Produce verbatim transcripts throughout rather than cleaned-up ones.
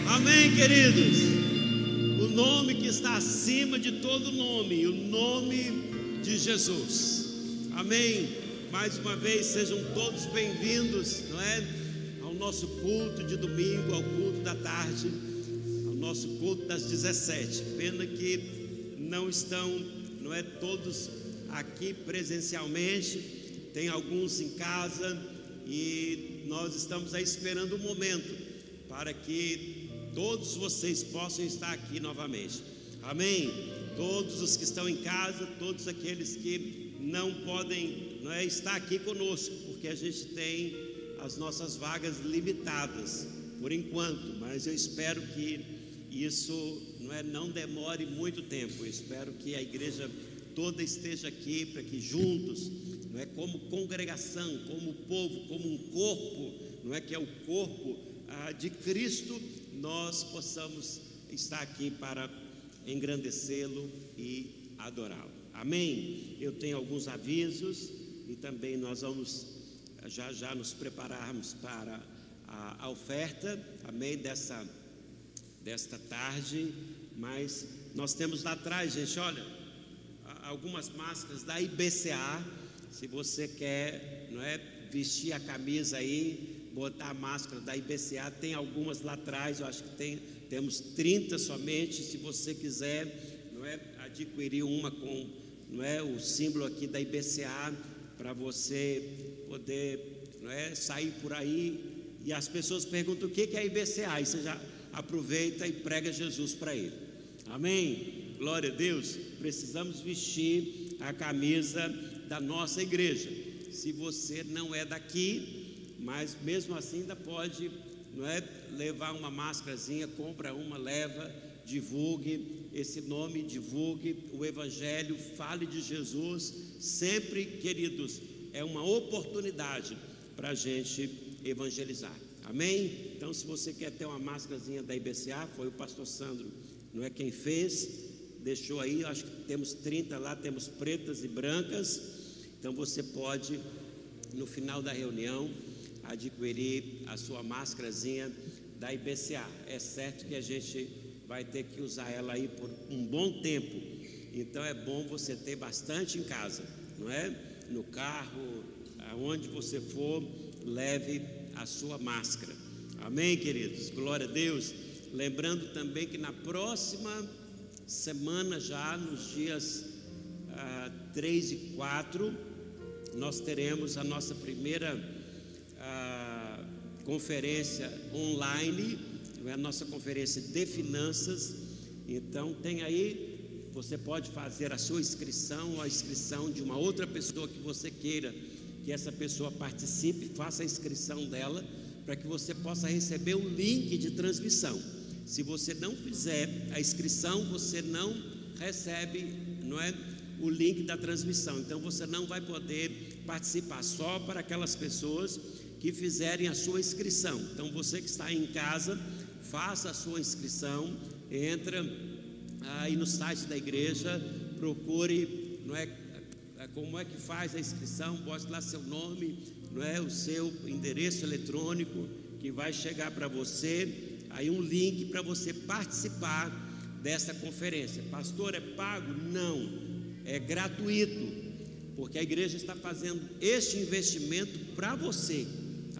Amém, queridos? O nome que está acima de todo nome, o nome de Jesus. Amém? Mais uma vez, sejam todos bem-vindos, não é? Ao nosso culto de domingo, ao culto da tarde, ao nosso culto das dezessete. Pena que não estão, não é, todos aqui presencialmente, tem alguns em casa e nós estamos aí esperando o momento para que todos vocês possam estar aqui novamente. Amém? Todos os que estão em casa, todos aqueles que não podem, não é, estar aqui conosco, porque a gente tem as nossas vagas limitadas por enquanto, mas eu espero que isso, não é, não demore muito tempo. Eu espero que a igreja toda esteja aqui para que juntos, não é, como congregação, como povo, como um corpo, não é, que é o corpo ah, de Cristo, nós possamos estar aqui para engrandecê-lo e adorá-lo. Amém? Eu tenho alguns avisos e também nós vamos já já nos prepararmos para a, a oferta, amém, dessa, desta tarde. Mas nós temos lá atrás, gente, olha, algumas máscaras da I B C A. Se você quer, não é, vestir a camisa aí, botar a máscara da I B C A, tem algumas lá atrás. Eu acho que tem, temos trinta somente. Se você quiser, não é, adquirir uma com, não é, o símbolo aqui da I B C A, para você poder, não é, sair por aí. E as pessoas perguntam o que é a I B C A, e você já aproveita e prega Jesus para ele. Amém? Glória a Deus. Precisamos vestir a camisa da nossa igreja. Se você não é daqui, mas mesmo assim ainda pode, não é, levar uma máscarazinha, compra uma, leva, divulgue esse nome, divulgue o evangelho, fale de Jesus. Sempre, queridos, é uma oportunidade para a gente evangelizar. Amém? Então, se você quer ter uma máscarazinha da I B C A, foi o pastor Sandro, não é, quem fez, deixou aí. Acho que temos trinta lá, temos pretas e brancas. Então você pode, no final da reunião, adquirir a sua máscarazinha da I B C A. É certo que a gente vai ter que usar ela aí por um bom tempo, então é bom você ter bastante em casa, não é? No carro, aonde você for, leve a sua máscara. Amém, queridos? Glória a Deus. Lembrando também que na próxima semana, já nos dias ah, três e quatro, nós teremos a nossa primeira ah, conferência online, não é, a nossa conferência de finanças. Então tem aí, você pode fazer a sua inscrição ou a inscrição de uma outra pessoa que você queira que essa pessoa participe, faça a inscrição dela, para que você possa receber o link de transmissão. Se você não fizer a inscrição, você não recebe, não é, o link da transmissão. Então você não vai poder participar, só para aquelas pessoas que fizerem a sua inscrição. Então você que está em casa, faça a sua inscrição, entra aí no site da igreja, procure, não é, como é que faz a inscrição, bote lá seu nome, não é, o seu endereço eletrônico, que vai chegar para você aí um link para você participar dessa conferência. Pastor, é pago? Não, é gratuito, porque a igreja está fazendo este investimento para você.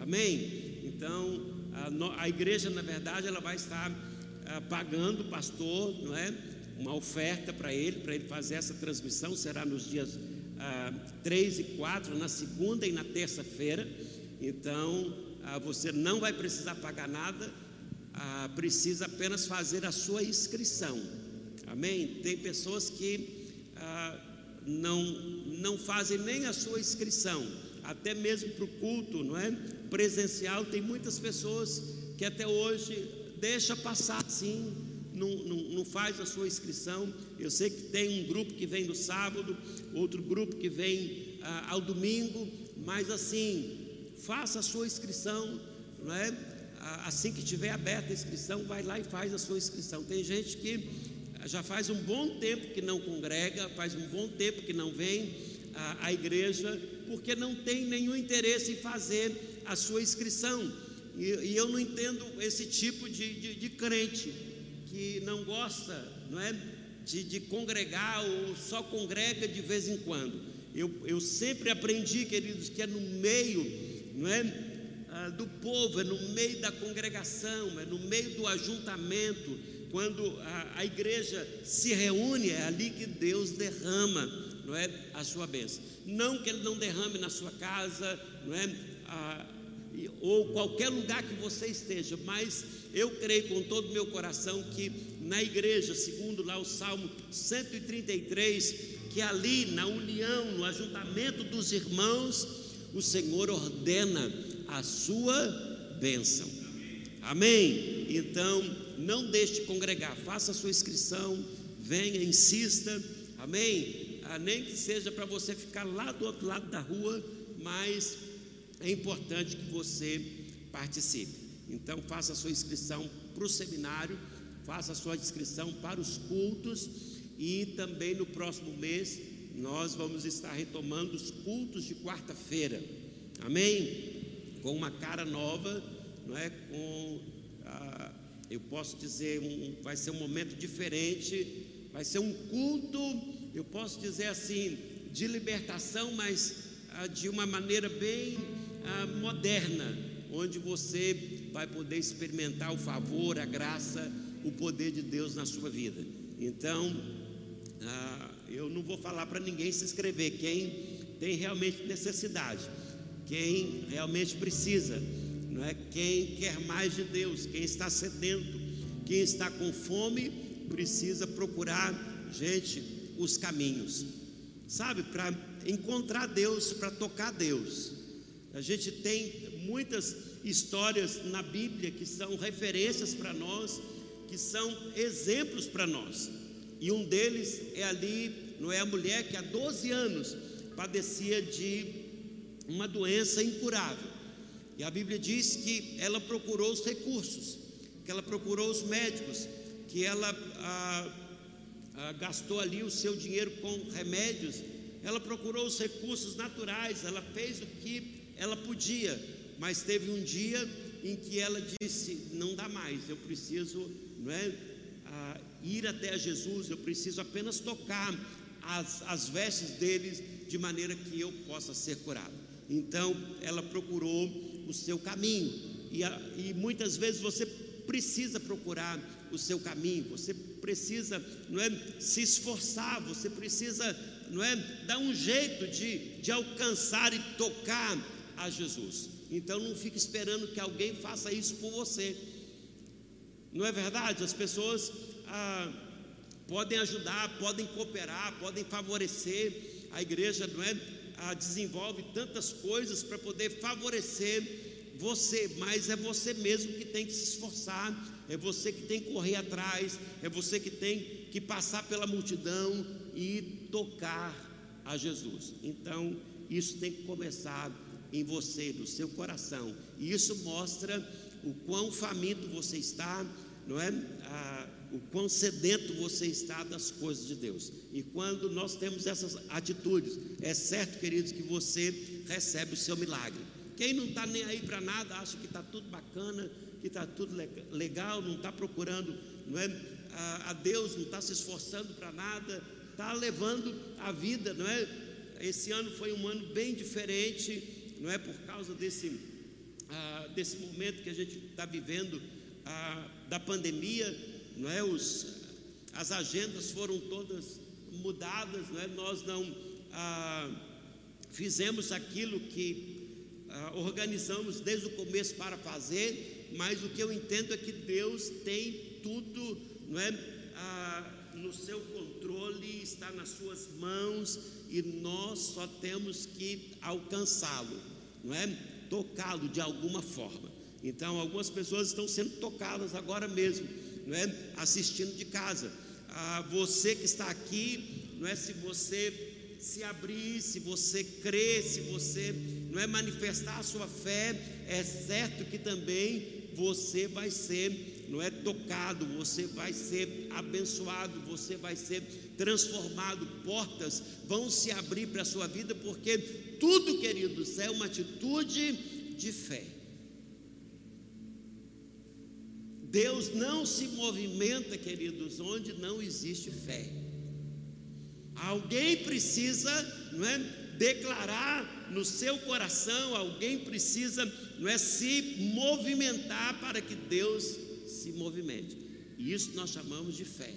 Amém? Então a, a igreja, na verdade, ela vai estar ah, pagando o pastor, não é, uma oferta para ele, para ele fazer essa transmissão. Será nos dias ah, três e quatro, na segunda e na terça-feira. Então ah, você não vai precisar pagar nada, ah, precisa apenas fazer a sua inscrição. Amém? Tem pessoas que ah, não, não fazem nem a sua inscrição, até mesmo para o culto, não é, presencial. Tem muitas pessoas que até hoje deixa passar assim, não, não, não faz a sua inscrição. Eu sei que tem um grupo que vem no sábado, outro grupo que vem ah, ao domingo, mas assim, faça a sua inscrição, não é? Assim que tiver aberta a inscrição, vai lá e faz a sua inscrição. Tem gente que já faz um bom tempo que não congrega, faz um bom tempo que não vem à, à igreja, porque não tem nenhum interesse em fazer a sua inscrição. E, e eu não entendo esse tipo de, de, de crente que não gosta, não é, de, de congregar ou só congrega de vez em quando. Eu, eu sempre aprendi, queridos, que é no meio, não é, ah, do povo, é no meio da congregação, é no meio do ajuntamento, quando a, a igreja se reúne, é ali que Deus derrama, não é, a sua bênção. Não que Ele não derrame na sua casa, não é, ah, ou qualquer lugar que você esteja, mas eu creio com todo o meu coração que na igreja, segundo lá o Salmo cento e trinta e três, que ali na união, no ajuntamento dos irmãos, o Senhor ordena a sua bênção. Amém? Então, não deixe de congregar, faça a sua inscrição, venha, insista, amém? Ah, nem que seja para você ficar lá do outro lado da rua, mas é importante que você participe. Então, faça a sua inscrição para o seminário, faça a sua inscrição para os cultos, e também no próximo mês nós vamos estar retomando os cultos de quarta-feira, amém? Com uma cara nova, não é? Com, ah, eu posso dizer, um, vai ser um momento diferente, vai ser um culto, eu posso dizer assim, de libertação, mas ah, de uma maneira bem ah, moderna, onde você vai poder experimentar o favor, a graça, o poder de Deus na sua vida. Então, ah, eu não vou falar para ninguém se inscrever, quem tem realmente necessidade, quem realmente precisa, não é? Quem quer mais de Deus, quem está sedento, quem está com fome, precisa procurar, gente, os caminhos, sabe, para encontrar Deus, para tocar Deus. A gente tem muitas histórias na Bíblia que são referências para nós, que são exemplos para nós, e um deles é ali, não é, a mulher que há doze anos padecia de uma doença incurável, e a Bíblia diz que ela procurou os recursos, que ela procurou os médicos, que ela ah, ah, gastou ali o seu dinheiro com remédios, ela procurou os recursos naturais, ela fez o que ela podia, mas teve um dia em que ela disse: não dá mais, eu preciso, não é, ah, ir até a Jesus, eu preciso apenas tocar as, as vestes deles, de maneira que eu possa ser curado. Então ela procurou o seu caminho, e, a, e muitas vezes você precisa procurar o seu caminho, você precisa, não é, se esforçar, você precisa, não é, dar um jeito de, de alcançar e tocar a Jesus. Então não fique esperando que alguém faça isso por você, não é verdade? As pessoas ah, podem ajudar, podem cooperar, podem favorecer a igreja, não é? Ah, desenvolve tantas coisas para poder favorecer você, mas é você mesmo que tem que se esforçar, é você que tem que correr atrás, é você que tem que passar pela multidão e tocar a Jesus. Então isso tem que começar em você, no seu coração, e isso mostra o quão faminto você está, não é? Ah, o quão sedento você está das coisas de Deus. E quando nós temos essas atitudes, é certo, queridos, que você recebe o seu milagre. Quem não está nem aí para nada, acha que está tudo bacana, que está tudo legal, não está procurando, não é, a, a Deus, não está se esforçando para nada, está levando a vida, não é? Esse ano foi um ano bem diferente, não é, por causa desse, ah, desse momento que a gente está vivendo, ah, da pandemia, não é? Os, as agendas foram todas mudadas, não é? Nós não ah, fizemos aquilo que ah, organizamos desde o começo para fazer, mas o que eu entendo é que Deus tem tudo, não é? Ah, no seu controle, está nas suas mãos, e nós só temos que alcançá-lo, não é? Tocá-lo de alguma forma. Então algumas pessoas estão sendo tocadas agora mesmo, não é? Assistindo de casa. Ah, você que está aqui, não é? Se você se abrir, se você crer, se você, não é, manifestar a sua fé, é certo que também você vai ser, não é, tocado, você vai ser abençoado, você vai ser transformado, portas vão se abrir para a sua vida, porque tudo, queridos, é uma atitude de fé. Deus não se movimenta, queridos, onde não existe fé. Alguém precisa, não é, declarar no seu coração, alguém precisa, não é, se movimentar para que Deus se movimente. E isso nós chamamos de fé.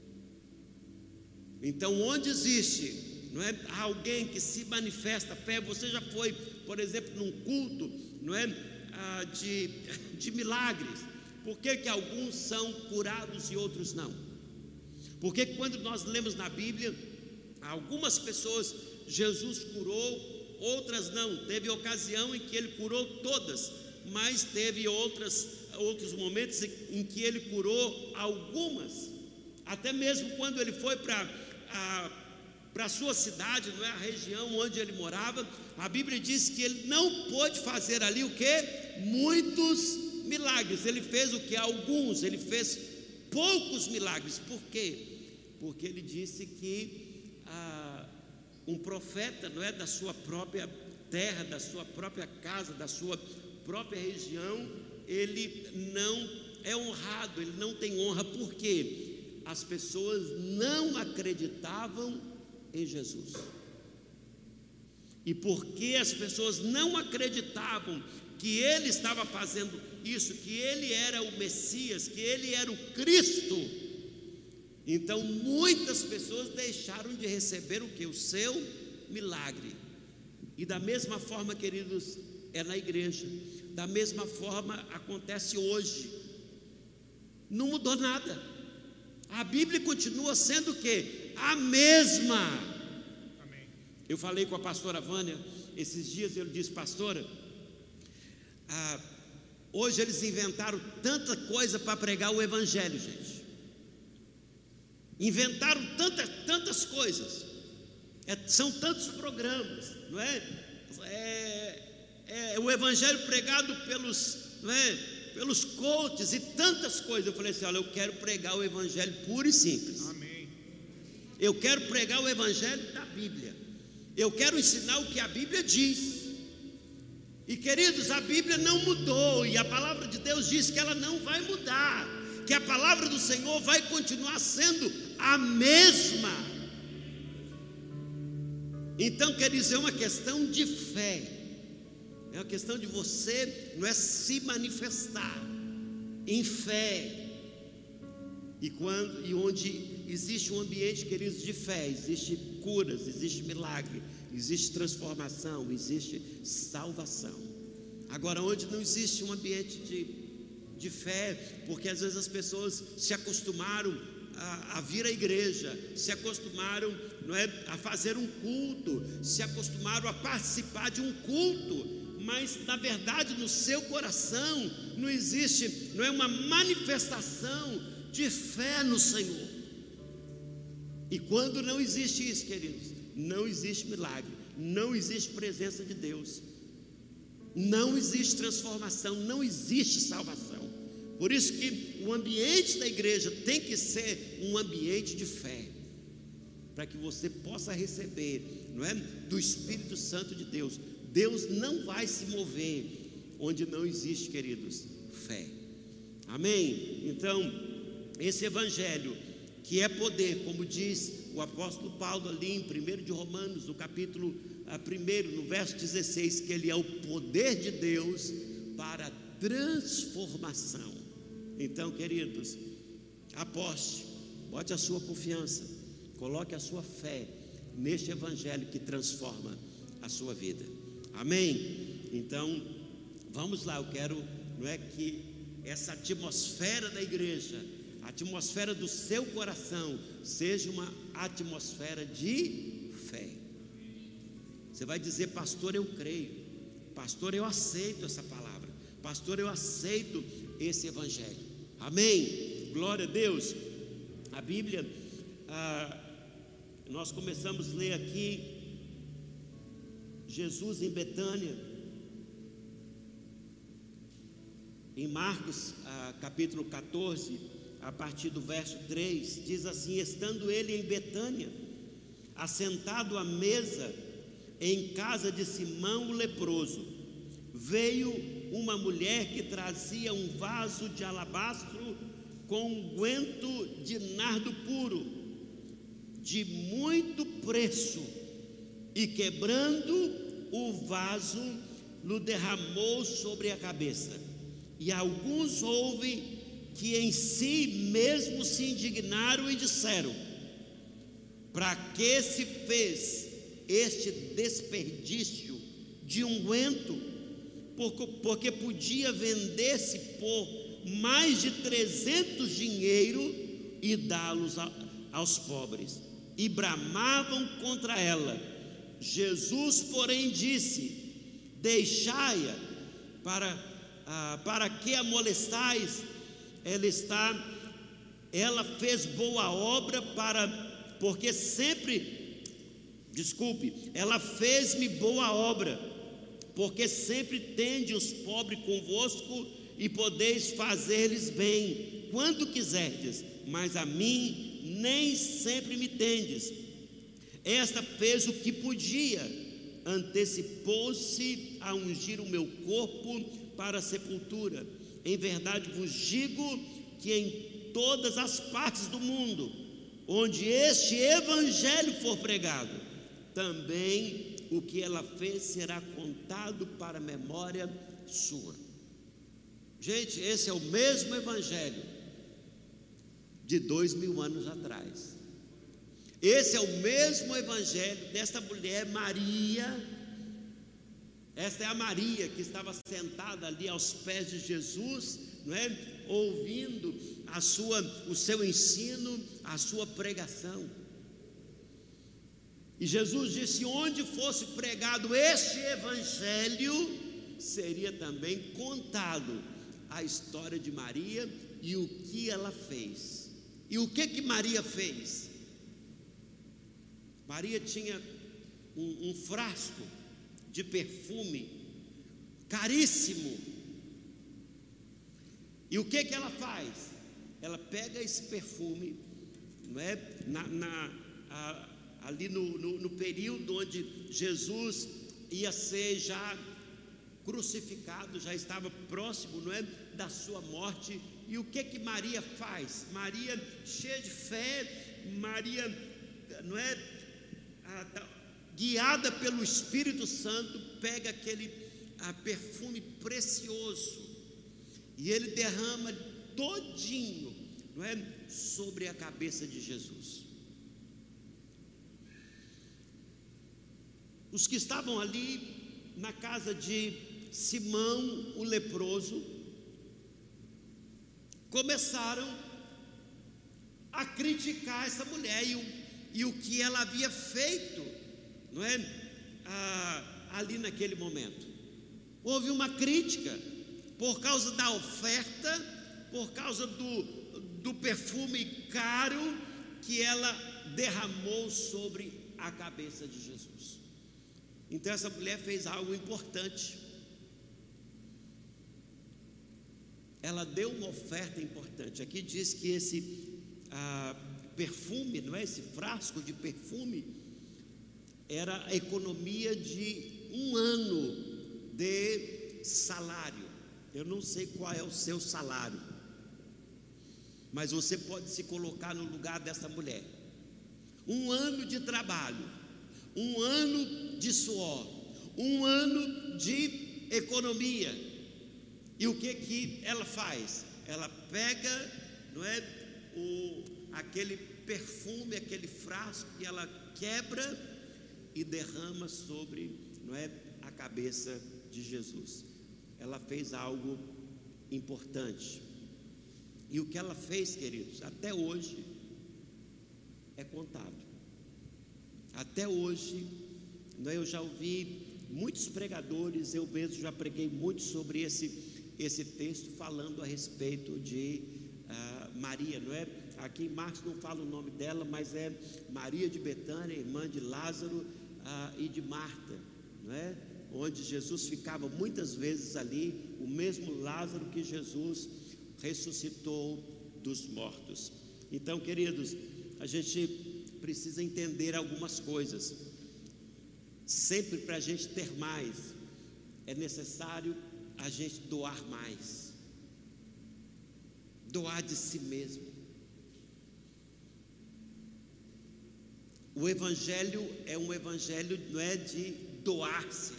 Então, onde existe, não é, alguém que se manifesta fé, você já foi, por exemplo, num culto, não é, ah, de, de milagres. Por que que alguns são curados e outros não? Porque quando nós lemos na Bíblia, algumas pessoas Jesus curou, outras não. Teve ocasião em que ele curou todas, mas teve outras, outros momentos em que ele curou algumas. Até mesmo quando ele foi para a para a sua cidade, não é, a região onde ele morava, a Bíblia diz que ele não pôde fazer ali o que? Muitos milagres. Ele fez o que? Alguns. Ele fez poucos milagres. Por quê? Porque ele disse que ah, um profeta, não é, da sua própria terra, da sua própria casa, da sua própria região, ele não é honrado, ele não tem honra. Por quê? As pessoas não acreditavam em Jesus. E porque as pessoas não acreditavam que ele estava fazendo isso, que ele era o Messias, que ele era o Cristo, então muitas pessoas deixaram de receber o que? O seu milagre. E da mesma forma, queridos, é na igreja, da mesma forma acontece hoje. Não mudou nada. A Bíblia continua sendo o quê? A mesma. Amém. Eu falei com a pastora Vânia esses dias, eu disse: pastora, ah, hoje eles inventaram tanta coisa para pregar o evangelho, gente. Inventaram tanta, tantas coisas, é, são tantos programas, não é? É, é o evangelho pregado pelos, não é, pelos coaches e tantas coisas. Eu falei assim: olha, eu quero pregar o evangelho puro e simples. Amém. Eu quero pregar o evangelho da Bíblia. Eu quero ensinar o que a Bíblia diz. E queridos, a Bíblia não mudou, e a palavra de Deus diz que ela não vai mudar, que a palavra do Senhor vai continuar sendo a mesma. Então, quer dizer, é uma questão de fé, é uma questão de você, não é, se manifestar em fé. E quando e onde existe um ambiente, queridos, de fé, existe curas, existe milagre, existe transformação, existe salvação. Agora, onde não existe um ambiente de, de fé, porque às vezes as pessoas se acostumaram a, a vir à igreja, se acostumaram, não é, a fazer um culto, se acostumaram a participar de um culto, mas na verdade no seu coração não existe, não é, uma manifestação de fé no Senhor. E quando não existe isso, queridos, não existe milagre, não existe presença de Deus, não existe transformação, não existe salvação. Por isso que o ambiente da igreja tem que ser um ambiente de fé, para que você possa receber, não é, do Espírito Santo de Deus. Deus não vai se mover onde não existe, queridos, fé. Amém? Então, esse evangelho que é poder, como diz o apóstolo Paulo ali em primeiro de Romanos, no capítulo primeiro, no verso dezesseis, que ele é o poder de Deus para transformação. Então, queridos, aposte, bote a sua confiança, coloque a sua fé neste evangelho que transforma a sua vida. Amém? Então, vamos lá, eu quero, não é, que essa atmosfera da igreja, a atmosfera do seu coração, seja uma atmosfera de fé. Você vai dizer: pastor, eu creio, pastor, eu aceito essa palavra, pastor, eu aceito esse evangelho. Amém? Glória a Deus. A Bíblia, ah, nós começamos a ler aqui Jesus em Betânia, em Marcos ah, capítulo catorze, a partir do verso três, diz assim: estando ele em Betânia, assentado à mesa em casa de Simão o leproso, veio uma mulher que trazia um vaso de alabastro com unguento de nardo puro, de muito preço, e quebrando o vaso, lhe derramou sobre a cabeça. E alguns houve que em si mesmo se indignaram e disseram: para que se fez este desperdício de unguento? Porque, porque podia vender-se por mais de trezentos dinheiro e dá-los aos pobres. E bramavam contra ela. Jesus, porém, disse: deixai-a, para, ah, para que a molestais? Ela está, ela fez boa obra para, porque sempre, desculpe, ela fez-me boa obra, porque sempre tende os pobres convosco e podeis fazer-lhes bem quando quiserdes, mas a mim nem sempre me tendes. Esta fez o que podia, antecipou-se a ungir o meu corpo para a sepultura. Em verdade vos digo que em todas as partes do mundo, onde este evangelho for pregado, também o que ela fez será contado para a memória sua. Gente, esse é o mesmo evangelho de dois mil anos atrás. Esse é o mesmo evangelho desta mulher Maria. Esta é a Maria que estava sentada ali aos pés de Jesus, não é? Ouvindo a sua, o seu ensino, a sua pregação. E Jesus disse: onde fosse pregado este evangelho, seria também contado a história de Maria e o que ela fez. E o que que Maria fez? Maria tinha um, um frasco de perfume caríssimo. E o que que ela faz? Ela pega esse perfume, não é? Na, na, a, ali no, no, no período onde Jesus ia ser já crucificado, já estava próximo, não é, da sua morte. E o que que Maria faz? Maria, cheia de fé, Maria, não é, a, guiada pelo Espírito Santo, pega aquele a, perfume precioso e ele derrama todinho, não é, sobre a cabeça de Jesus. Os que estavam ali na casa de Simão o leproso começaram a criticar essa mulher e o, e o que ela havia feito, não é? Ah, ali naquele momento houve uma crítica por causa da oferta, por causa do, do perfume caro que ela derramou sobre a cabeça de Jesus. Então essa mulher fez algo importante. Ela deu uma oferta importante. Aqui diz que esse ah, perfume, não é? Esse frasco de perfume era a economia de um ano de salário. Eu não sei qual é o seu salário, mas você pode se colocar no lugar dessa mulher. Um ano de trabalho, um ano de suor, um ano de economia. E o que que ela faz? Ela pega, não é, o, aquele perfume, aquele frasco, e ela quebra e derrama sobre, não é, a cabeça de Jesus. Ela fez algo importante. E o que ela fez, queridos, até hoje é contado. Até hoje, não é, eu já ouvi muitos pregadores, eu mesmo já preguei muito sobre esse, esse texto, falando a respeito de uh, Maria, não é? Aqui em Marcos não fala o nome dela, mas é Maria de Betânia, irmã de Lázaro uh, e de Marta, não é? Onde Jesus ficava muitas vezes ali, o mesmo Lázaro que Jesus ressuscitou dos mortos. Então, queridos, a gente precisa entender algumas coisas. Sempre para a gente ter mais, é necessário a gente doar mais, doar de si mesmo. O evangelho é um evangelho, não é de doar-se.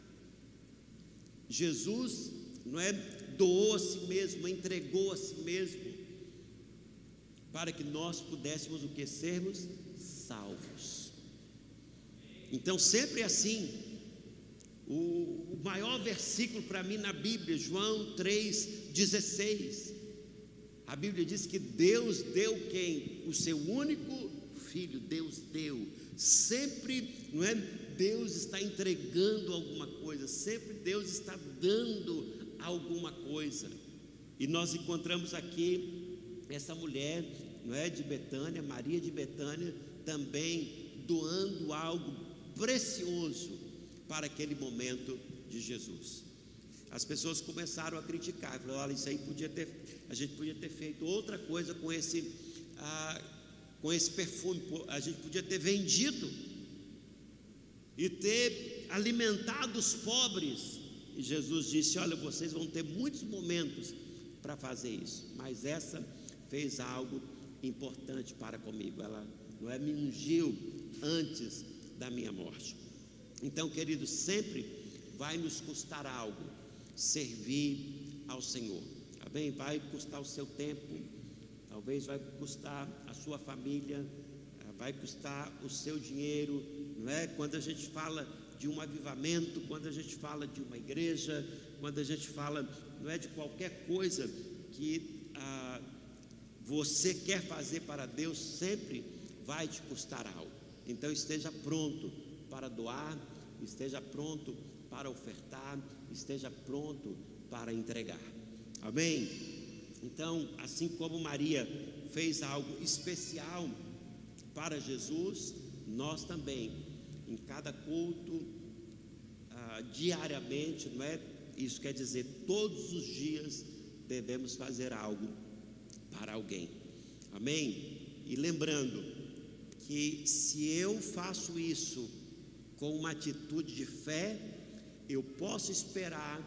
Jesus, não é, doou a si mesmo, entregou a si mesmo, para que nós pudéssemos o que? Sermos salvos. Então sempre assim. O, o maior versículo para mim na Bíblia, João três dezesseis, a Bíblia diz que Deus deu quem? O seu único Filho. Deus deu. Sempre, não é? Deus está entregando alguma coisa, sempre Deus está dando alguma coisa. E nós encontramos aqui essa mulher, não é, de Betânia, Maria de Betânia, também doando algo precioso para aquele momento de Jesus. As pessoas começaram a criticar, falaram: olha, isso aí podia ter, a gente podia ter feito outra coisa com esse, ah, com esse perfume, a gente podia ter vendido e ter alimentado os pobres. E Jesus disse: olha, vocês vão ter muitos momentos para fazer isso, mas essa fez algo importante para comigo. Ela, não é, me ungiu antes da minha morte. Então, queridos, sempre vai nos custar algo servir ao Senhor. Amém? Vai custar o seu tempo, talvez vai custar a sua família, vai custar o seu dinheiro, não é? Quando a gente fala de um avivamento, quando a gente fala de uma igreja, quando a gente fala, não é, de qualquer coisa que ah, você quer fazer para Deus, sempre vai te custar algo. Então esteja pronto para doar, esteja pronto para ofertar, esteja pronto para entregar. Amém? Então, assim como Maria fez algo especial para Jesus, nós também, em cada culto, ah, diariamente, não é? Isso quer dizer, todos os dias devemos fazer algo para alguém. Amém? E lembrando que se eu faço isso com uma atitude de fé, eu posso esperar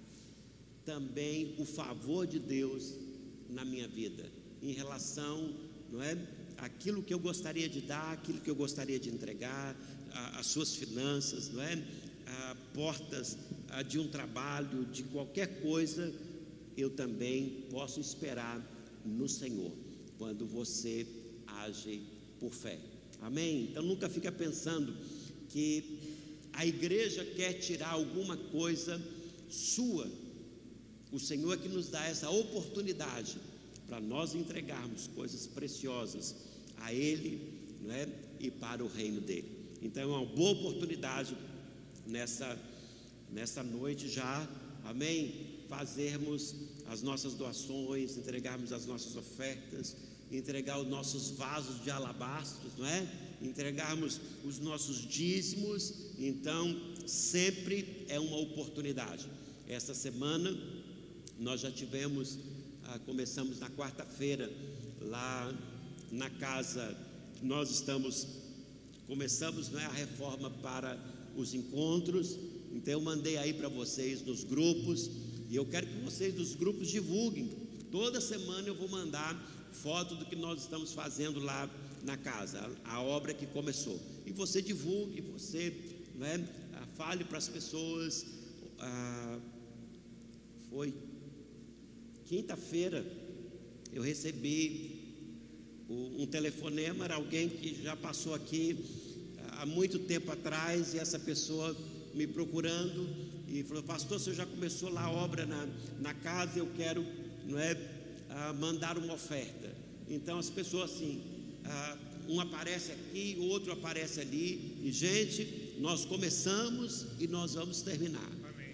também o favor de Deus na minha vida, em relação, não é, aquilo que eu gostaria de dar, aquilo que eu gostaria de entregar, a, as suas finanças, não é, a, portas a, de um trabalho, de qualquer coisa, eu também posso esperar no Senhor, quando você age por fé. Amém? Então nunca fica pensando que a igreja quer tirar alguma coisa sua. O Senhor é que nos dá essa oportunidade para nós entregarmos coisas preciosas a Ele, não é? E para o reino dele. Então é uma boa oportunidade nessa, nessa noite já, amém? Fazermos as nossas doações, entregarmos as nossas ofertas, entregar os nossos vasos de alabastros, não é? Entregarmos os nossos dízimos. Então sempre é uma oportunidade. Esta semana nós já tivemos, ah, começamos na quarta-feira lá na casa, nós estamos, começamos, não é, a reforma para os encontros. Então eu mandei aí para vocês nos grupos, e eu quero que vocês dos grupos divulguem. Toda semana eu vou mandar foto do que nós estamos fazendo lá na casa, a, a obra que começou. E você divulgue, você, não é, fale para as pessoas. Ah, foi quinta-feira eu recebi um telefonema, era alguém que já passou aqui há muito tempo atrás, e essa pessoa me procurando e falou: pastor, você já começou lá a obra na, na casa, eu quero, não é, ah, mandar uma oferta. Então as pessoas assim, ah, um aparece aqui, o outro aparece ali, e gente, nós começamos e nós vamos terminar. Amém?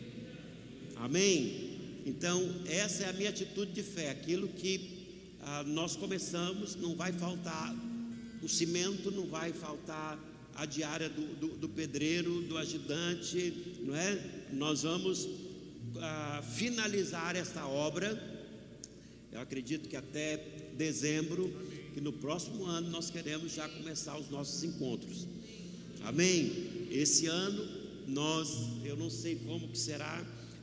Amém? Então essa é a minha atitude de fé. Aquilo que ah, nós começamos, não vai faltar o cimento, não vai faltar a diária do, do, do pedreiro, do ajudante, não é? Nós vamos ah, finalizar esta obra. Eu acredito que até dezembro, que no próximo ano nós queremos já começar os nossos encontros. Amém? Esse ano nós, eu não sei como que será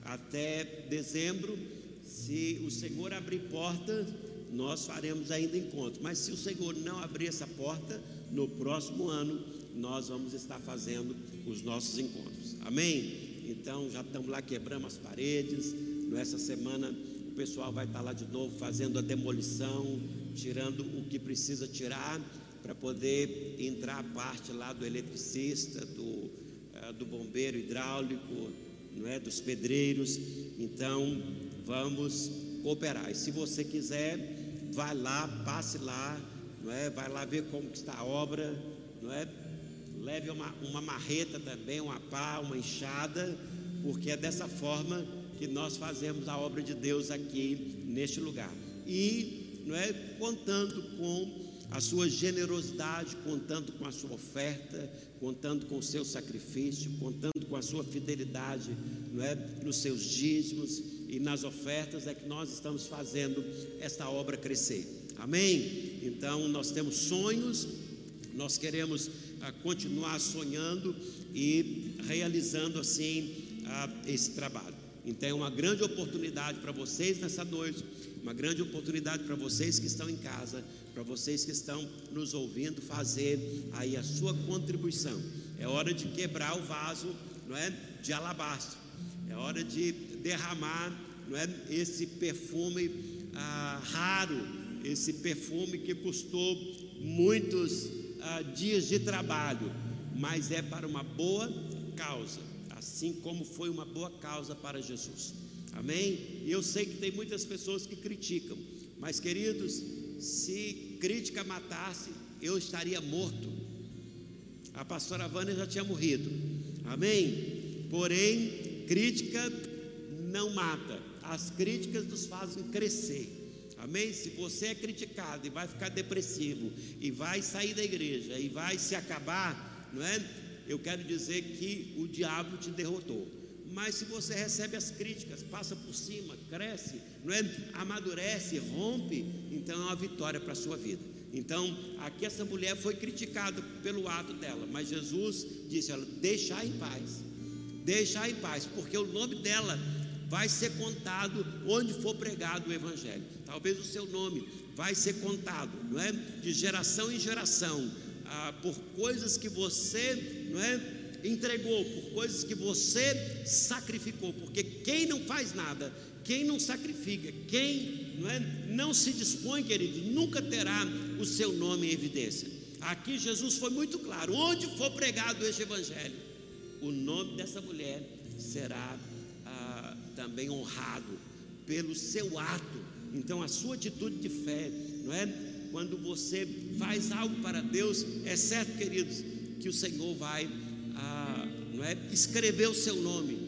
até dezembro. Se o Senhor abrir porta, nós faremos ainda encontro. Mas se o Senhor não abrir essa porta, no próximo ano nós vamos estar fazendo os nossos encontros. Amém? Então já estamos lá, quebramos as paredes. Nessa semana o pessoal vai estar lá de novo fazendo a demolição, tirando o que precisa tirar, para poder entrar a parte lá do eletricista, do, uh, do bombeiro hidráulico, não é, dos pedreiros. Então vamos cooperar. E se você quiser, vai lá, passe lá, não é, vai lá ver como que está a obra, não é? Leve uma, uma marreta também, uma pá, uma enxada, porque é dessa forma que nós fazemos a obra de Deus aqui neste lugar. E, não é, contando com a sua generosidade, contando com a sua oferta, contando com o seu sacrifício, contando com a sua fidelidade, não é, nos seus dízimos e nas ofertas, é que nós estamos fazendo esta obra crescer. Amém? Então nós temos sonhos, nós queremos ah, continuar sonhando e realizando assim ah, esse trabalho. Então é uma grande oportunidade para vocês nessa noite, uma grande oportunidade para vocês que estão em casa, para vocês que estão nos ouvindo, fazer aí a sua contribuição. É hora de quebrar o vaso, não é, de alabastro. É hora de derramar, não é, esse perfume ah, raro, esse perfume que custou muitos ah, dias de trabalho, mas é para uma boa causa, assim como foi uma boa causa para Jesus. Amém? E eu sei que tem muitas pessoas que criticam, mas queridos, se crítica matasse, eu estaria morto. A pastora Vânia já tinha morrido. Amém? Porém, crítica não mata, as críticas nos fazem crescer. Amém? Se você é criticado e vai ficar depressivo, e vai sair da igreja, e vai se acabar, não é? Eu quero dizer que o diabo te derrotou. Mas se você recebe as críticas, passa por cima, cresce, não é? Amadurece, rompe, então é uma vitória para a sua vida. Então, aqui essa mulher foi criticada pelo ato dela, mas Jesus disse: ela, deixa em paz, deixa em paz, porque o nome dela vai ser contado onde for pregado o evangelho. Talvez o seu nome vai ser contado, não é, de geração em geração, ah, por coisas que você, não é, entregou, por coisas que você sacrificou. Porque quem não faz nada, quem não sacrifica, quem não, é, não se dispõe, querido, nunca terá o seu nome em evidência. Aqui Jesus foi muito claro: onde for pregado este evangelho, o nome dessa mulher será ah, também honrado pelo seu ato. Então a sua atitude de fé, não é? Quando você faz algo para Deus, é certo, queridos, que o Senhor vai ah, não é, escrever o seu nome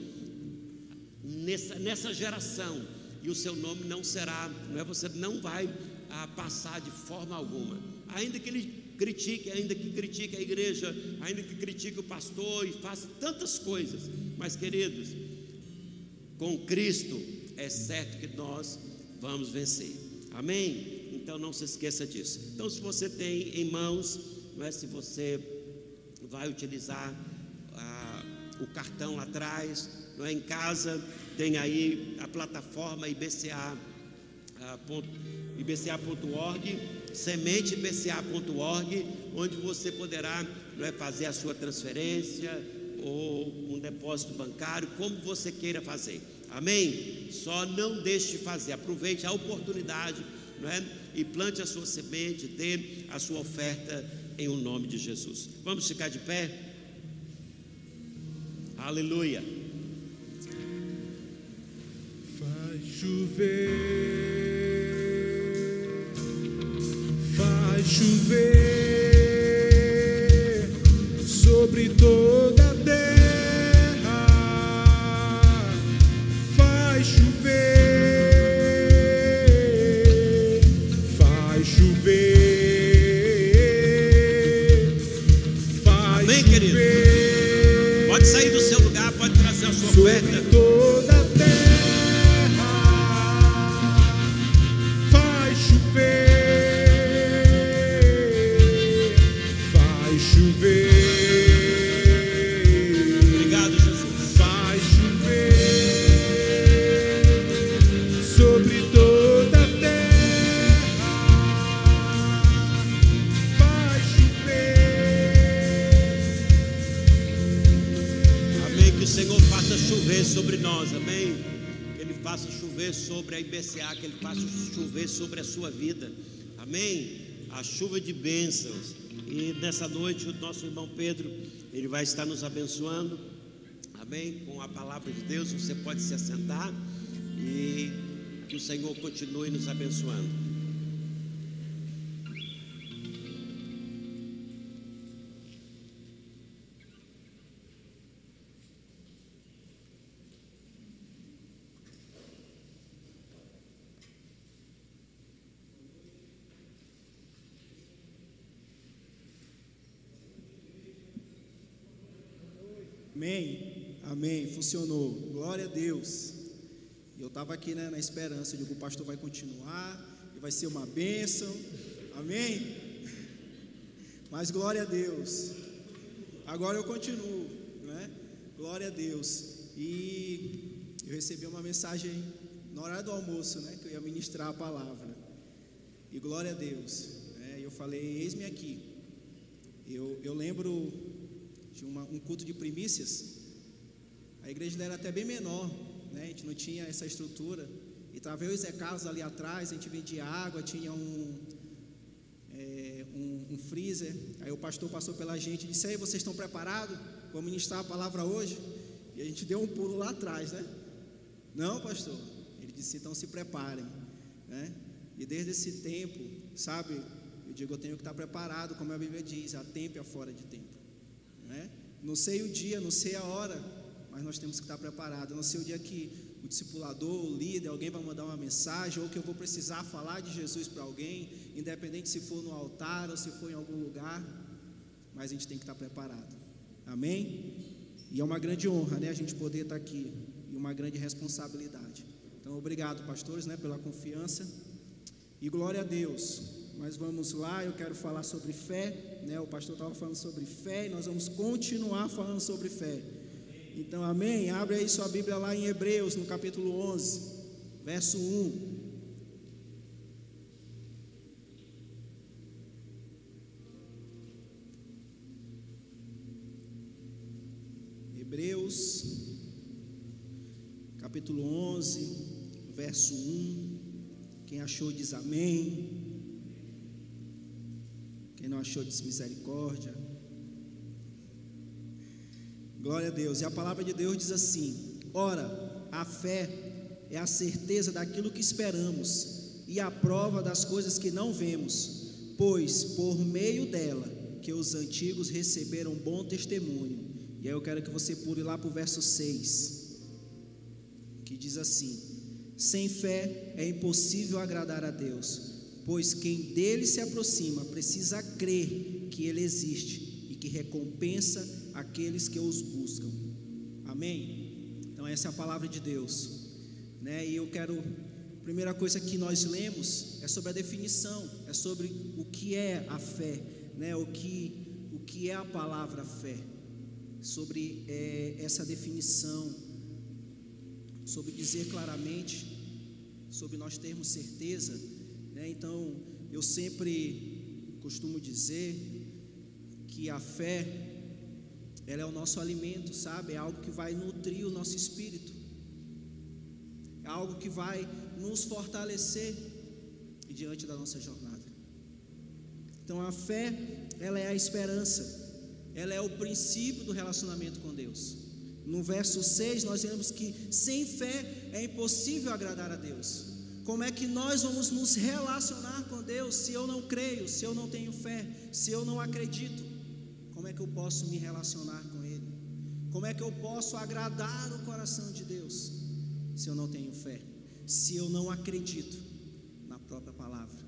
nessa, nessa geração, e o seu nome não será, não é, você não vai ah, passar de forma alguma, ainda que ele critique, ainda que critique a igreja, ainda que critique o pastor e faça tantas coisas, mas queridos, com Cristo é certo que nós vamos vencer. Amém? Então não se esqueça disso. Então, se você tem em mãos, não é, se você vai utilizar ah, o cartão lá atrás, não é, em casa tem aí a plataforma I B C A ponto org, semente I B C A ponto org, onde você poderá, não é, fazer a sua transferência ou um depósito bancário, como você queira fazer. Amém? Só não deixe de fazer, aproveite a oportunidade, não é? E plante a sua semente, dê a sua oferta em o nome de Jesus. Vamos ficar de pé? Aleluia. Faz chover, faz chover sobre toda a terra, faz chover, faz chover, faz Amém, querido? chover. Pode sair do seu lugar, pode trazer a sua Sobre oferta. toda a terra, faz chover, faz chover, nós, amém? Que Ele faça chover sobre a I B C A, que Ele faça chover sobre a sua vida, amém? A chuva de bênçãos. E nessa noite o nosso irmão Pedro, ele vai estar nos abençoando, amém? Com a palavra de Deus. Você pode se assentar e que o Senhor continue nos abençoando. Amém, amém, funcionou, glória a Deus. Eu estava aqui, né, na esperança de que o pastor vai continuar e vai ser uma bênção, amém? Mas glória a Deus, agora eu continuo, né? Glória a Deus. E eu recebi uma mensagem na hora do almoço, né, que eu ia ministrar a palavra, e glória a Deus, né? Eu falei, eis-me aqui. Eu, eu lembro de uma, um culto de primícias. A igreja era até bem menor, né? A gente não tinha essa estrutura. E estava eu e Zé Carlos ali atrás. A gente vendia água, tinha um, é, um, um freezer. Aí o pastor passou pela gente e disse: aí, vocês estão preparados? Vou ministrar a palavra hoje? E a gente deu um pulo lá atrás, né? Não, pastor. Ele disse: então se preparem, né? E desde esse tempo, sabe, eu digo, eu tenho que estar preparado, como a Bíblia diz, a tempo e a fora de tempo. Né? Não sei o dia, não sei a hora, mas nós temos que estar preparados. Não sei o dia que o discipulador, o líder, alguém vai mandar uma mensagem, ou que eu vou precisar falar de Jesus para alguém, independente se for no altar ou se for em algum lugar, mas a gente tem que estar preparado, amém? E é uma grande honra, né, a gente poder estar aqui, e uma grande responsabilidade. Então, obrigado, pastores, né, pela confiança, e glória a Deus. Mas vamos lá, eu quero falar sobre fé, né? O pastor estava falando sobre fé e nós vamos continuar falando sobre fé. Então, amém? Abre aí sua Bíblia lá em Hebreus, no capítulo onze, verso um. Hebreus, capítulo onze, verso um. Quem achou diz amém. Quem não achou diz misericórdia. Glória a Deus. E a palavra de Deus diz assim: ora, a fé é a certeza daquilo que esperamos e a prova das coisas que não vemos, pois por meio dela que os antigos receberam bom testemunho. E aí eu quero que você pule lá para o verso seis, que diz assim: sem fé é impossível agradar a Deus, pois quem dele se aproxima precisa crer que ele existe e que recompensa aqueles que os buscam. Amém? Então essa é a palavra de Deus, né? E eu quero, a primeira coisa que nós lemos é sobre a definição, é sobre o que é a fé, né? O que, o que é a palavra fé, sobre é, essa definição, sobre dizer claramente, sobre nós termos certeza. Então, eu sempre costumo dizer que a fé, ela é o nosso alimento, sabe? É algo que vai nutrir o nosso espírito, é algo que vai nos fortalecer diante da nossa jornada. Então, a fé, ela é a esperança, ela é o princípio do relacionamento com Deus. No verso seis, nós vemos que sem fé é impossível agradar a Deus. Como é que nós vamos nos relacionar com Deus se eu não creio, se eu não tenho fé, se eu não acredito? Como é que eu posso me relacionar com Ele? Como é que eu posso agradar o coração de Deus se eu não tenho fé, se eu não acredito na própria palavra,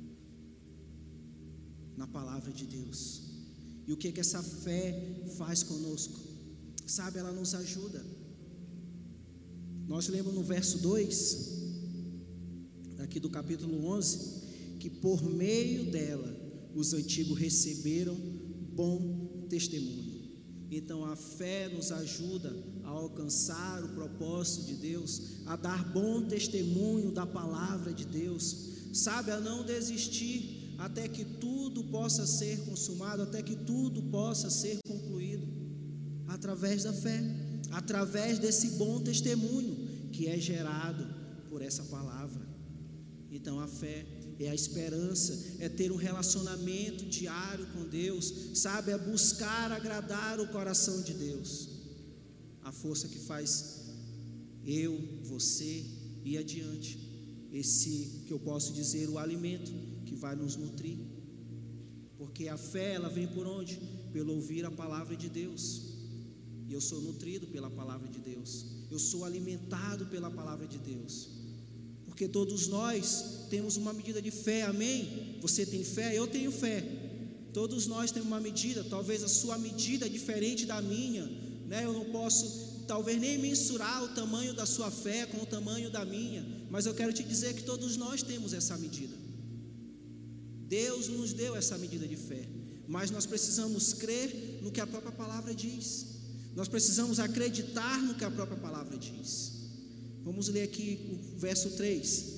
na palavra de Deus? E o que que essa fé faz conosco? Sabe, ela nos ajuda. Nós lemos no verso dois aqui do capítulo onze, que por meio dela os antigos receberam bom testemunho. Então a fé nos ajuda a alcançar o propósito de Deus, a dar bom testemunho da palavra de Deus, sabe, a não desistir até que tudo possa ser consumado, até que tudo possa ser concluído, através da fé. através desse bom testemunho que é gerado por essa palavra. Então a fé é a esperança, é ter um relacionamento diário com Deus, sabe, é buscar agradar o coração de Deus, a força que faz eu, você ir adiante, esse que eu posso dizer, o alimento que vai nos nutrir, porque a fé ela vem por onde? Pelo ouvir a palavra de Deus, e eu sou nutrido pela palavra de Deus, eu sou alimentado pela palavra de Deus, porque todos nós temos uma medida de fé, amém? Você tem fé, eu tenho fé, todos nós temos uma medida, talvez a sua medida é diferente da minha, né? Eu não posso talvez nem mensurar o tamanho da sua fé com o tamanho da minha, mas eu quero te dizer que todos nós temos essa medida, Deus nos deu essa medida de fé, mas nós precisamos crer no que a própria palavra diz, nós precisamos acreditar no que a própria palavra diz. Vamos ler aqui o verso três.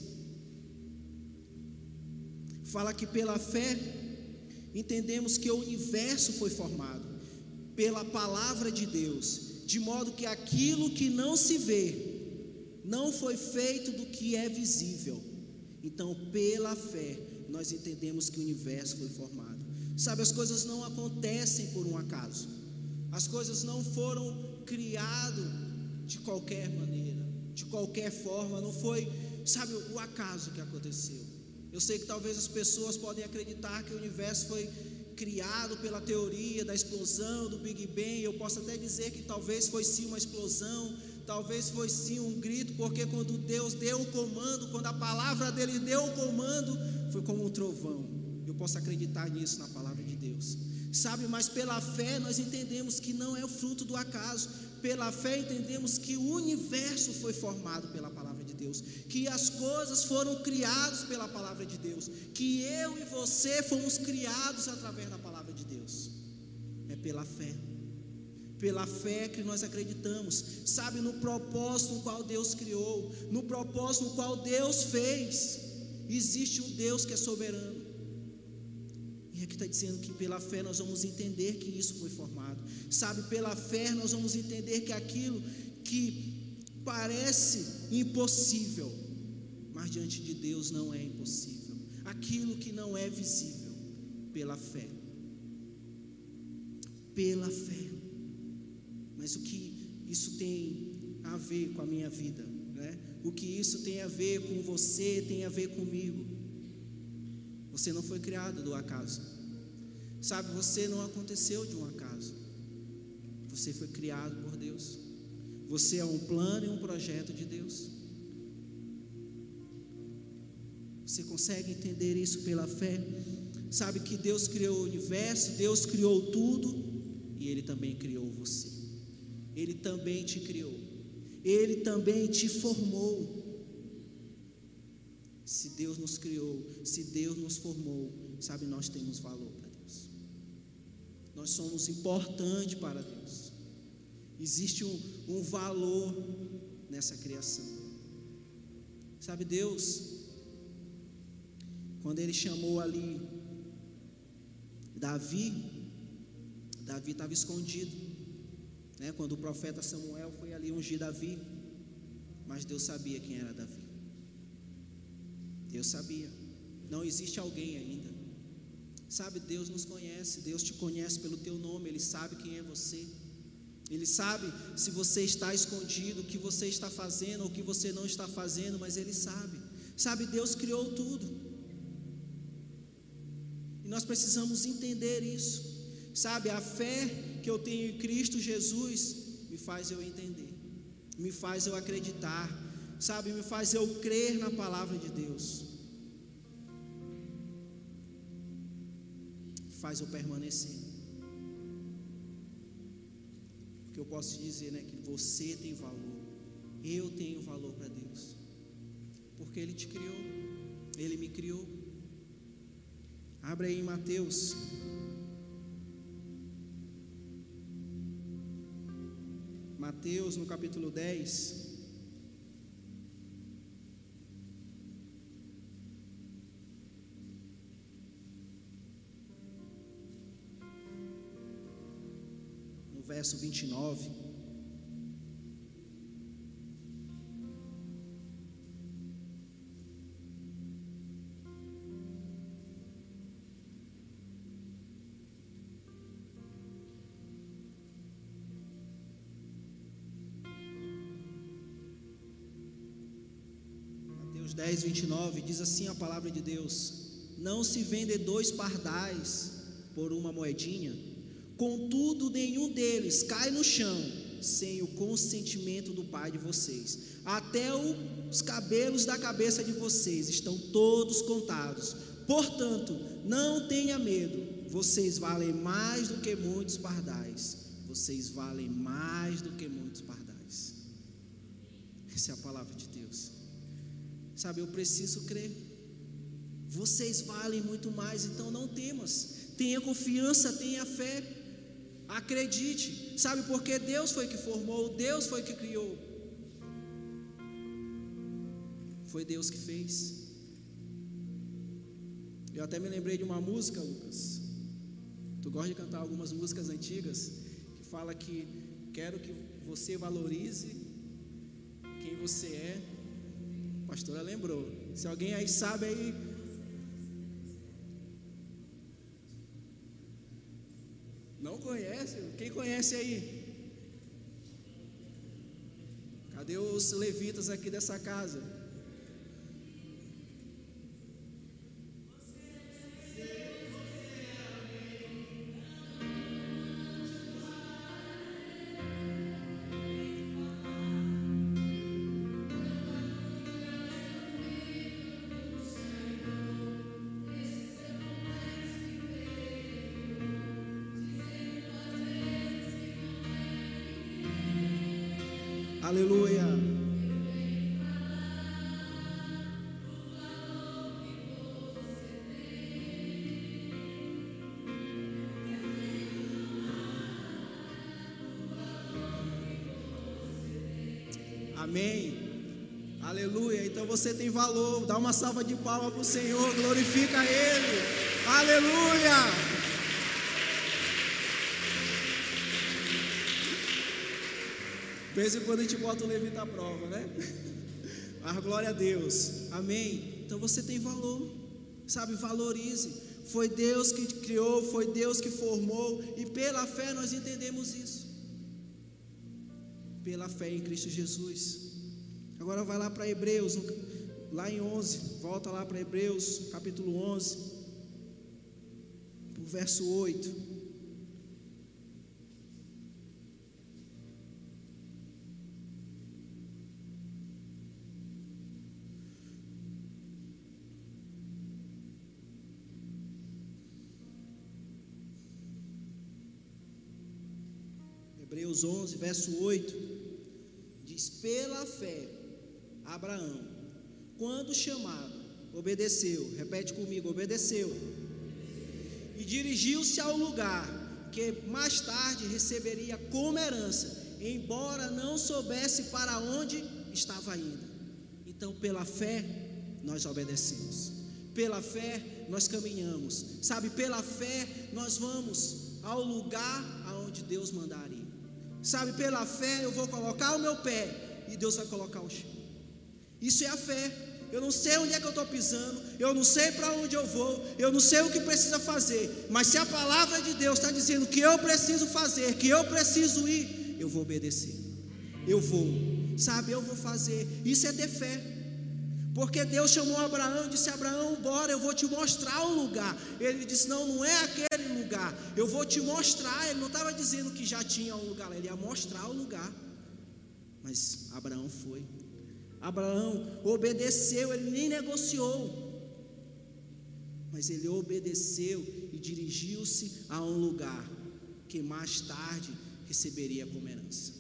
Fala que pela fé entendemos que o universo foi formado pela palavra de Deus, de modo que aquilo que não se vê não foi feito do que é visível. Então, pela fé, nós entendemos que o universo foi formado. Sabe, as coisas não acontecem por um acaso. As coisas não foram criadas de qualquer maneira, de qualquer forma, não foi, sabe, o acaso que aconteceu. Eu sei que talvez as pessoas podem acreditar que o universo foi criado pela teoria da explosão, do Big Bang. Eu posso até dizer que talvez foi sim uma explosão, talvez foi sim um grito, porque quando Deus deu o comando, quando a palavra dele deu o comando, foi como um trovão. Eu posso acreditar nisso na palavra de Deus, sabe, mas pela fé nós entendemos que não é o fruto do acaso. Pela fé entendemos que o universo foi formado pela palavra de Deus, que as coisas foram criadas pela palavra de Deus, que eu e você fomos criados através da palavra de Deus. É pela fé, pela fé que nós acreditamos, sabe, no propósito no qual Deus criou, no propósito no qual Deus fez. Existe um Deus que é soberano. E aqui está dizendo que pela fé nós vamos entender que isso foi formado, sabe, pela fé nós vamos entender que aquilo que parece impossível, mas diante de Deus não é impossível, aquilo que não é visível, pela fé, pela fé. Mas o que isso tem a ver com a minha vida, né? O que isso tem a ver com você, tem a ver comigo. Você não foi criado do acaso, sabe, você não aconteceu de um acaso, você foi criado por Deus, você é um plano e um projeto de Deus. Você consegue entender isso pela fé? Sabe que Deus criou o universo, Deus criou tudo, e Ele também criou você, Ele também te criou, Ele também te formou. Se Deus nos criou, se Deus nos formou, sabe, nós temos valor para Deus, nós somos importantes para Deus, existe um, um valor nessa criação, sabe. Deus, quando Ele chamou ali Davi, Davi estava escondido, né? Quando o profeta Samuel foi ali ungir Davi, mas Deus sabia quem era Davi, Deus sabia, não existe alguém ainda, sabe, Deus nos conhece, Deus te conhece pelo teu nome, Ele sabe quem é você, Ele sabe se você está escondido, o que você está fazendo ou o que você não está fazendo, mas Ele sabe, sabe, Deus criou tudo, e nós precisamos entender isso, sabe, a fé que eu tenho em Cristo Jesus, me faz eu entender, me faz eu acreditar, sabe, me faz eu crer na palavra de Deus, faz eu permanecer, porque eu posso dizer, né, que você tem valor, eu tenho valor para Deus, porque Ele te criou, Ele me criou. Abra aí em Mateus, Mateus no capítulo dez, no verso vinte e nove. Hebreus dez, vinte e nove, diz assim a palavra de Deus: não se vende dois pardais por uma moedinha, contudo nenhum deles cai no chão sem o consentimento do Pai de vocês. Até os cabelos da cabeça de vocês estão todos contados. Portanto, não tenha medo, vocês valem mais do que muitos pardais. Vocês valem mais do que muitos pardais. Essa é a palavra de Deus. Sabe, eu preciso crer. Vocês valem muito mais, então não temas. Tenha confiança, tenha fé. Acredite. Sabe, porque Deus foi que formou, Deus foi que criou. Foi Deus que fez. Eu até me lembrei de uma música, Lucas. Tu gosta de cantar algumas músicas antigas que fala que quero que você valorize quem você é. A pastora lembrou. Se alguém aí sabe aí, não conhece? Quem conhece aí? Cadê os levitas aqui dessa casa? Aleluia. Amém. Aleluia. Então você tem valor. Dá uma salva de palmas para o Senhor. Glorifica Ele. Aleluia. De vez em quando a gente bota o levita à prova, né? Mas glória a Deus, amém? Então você tem valor, sabe? Valorize. Foi Deus que criou, foi Deus que formou, e pela fé nós entendemos isso. Pela fé em Cristo Jesus. Agora vai lá para Hebreus, lá em onze, volta lá para Hebreus, capítulo onze, o verso oito. Hebreus onze, verso oito, diz: pela fé, Abraão, quando chamado, obedeceu. Repete comigo: obedeceu. E dirigiu-se ao lugar que mais tarde receberia como herança, embora não soubesse para onde estava indo. Então, pela fé, nós obedecemos. Pela fé, nós caminhamos. Sabe, pela fé, nós vamos ao lugar aonde Deus mandaria. Sabe, pela fé eu vou colocar o meu pé e Deus vai colocar o chão. Isso é a fé. Eu não sei onde é que eu estou pisando, eu não sei para onde eu vou, eu não sei o que precisa fazer, mas se a palavra de Deus está dizendo que eu preciso fazer, que eu preciso ir, eu vou obedecer. Eu vou, sabe, eu vou fazer. Isso é ter fé. Porque Deus chamou Abraão e disse: Abraão, bora, eu vou te mostrar o lugar. Ele disse: não, não é aquele lugar, eu vou te mostrar. Ele não estava dizendo que já tinha um lugar, ele ia mostrar o lugar. Mas Abraão foi. Abraão obedeceu, ele nem negociou, mas ele obedeceu e dirigiu-se a um lugar que mais tarde receberia como herança.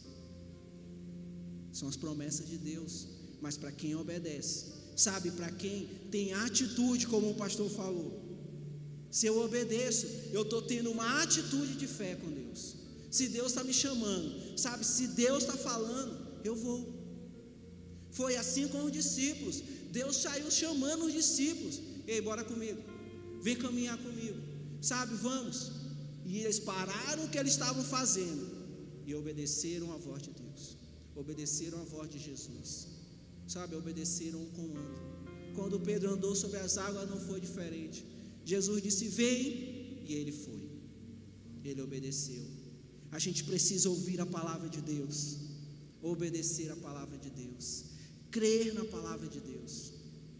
São as promessas de Deus, mas para quem obedece, sabe, para quem tem atitude, como o pastor falou. Se eu obedeço, eu estou tendo uma atitude de fé com Deus. Se Deus está me chamando, sabe, se Deus está falando, eu vou. Foi assim com os discípulos. Deus saiu chamando os discípulos: ei, bora comigo, vem caminhar comigo, sabe, vamos. E eles pararam o que eles estavam fazendo e obedeceram a voz de Deus, obedeceram a voz de Jesus, sabe, obedeceram um comando. Quando Pedro andou sobre as águas, não foi diferente. Jesus disse: vem, e ele foi, ele obedeceu. A gente precisa ouvir a palavra de Deus, obedecer a palavra de Deus, crer na palavra de Deus.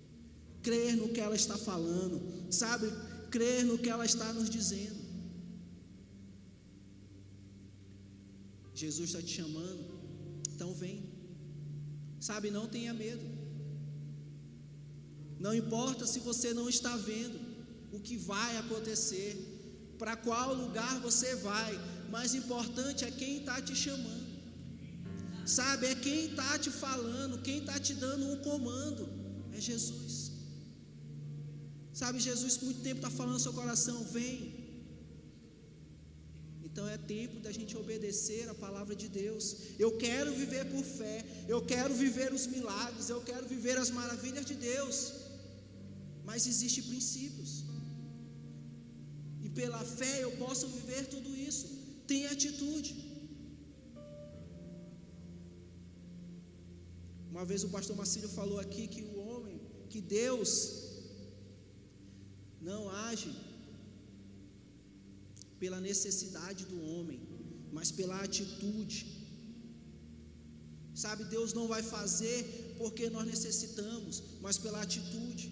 crer no que ela está falando, sabe, crer no que ela está nos dizendo. Jesus está te chamando, então vem, sabe, não tenha medo, não importa se você não está vendo o que vai acontecer, para qual lugar você vai, mais importante é quem está te chamando, sabe, é quem está te falando, quem está te dando um comando, é Jesus, sabe, Jesus por muito tempo está falando no seu coração, vem. Então é tempo da gente obedecer a palavra de Deus. Eu quero viver por fé, eu quero viver os milagres, eu quero viver as maravilhas de Deus, mas existem princípios, e pela fé eu posso viver tudo isso. Tenha atitude. Uma vez o pastor Marcílio falou aqui que o homem, que Deus não age pela necessidade do homem, mas pela atitude. Sabe, Deus não vai fazer porque nós necessitamos, mas pela atitude.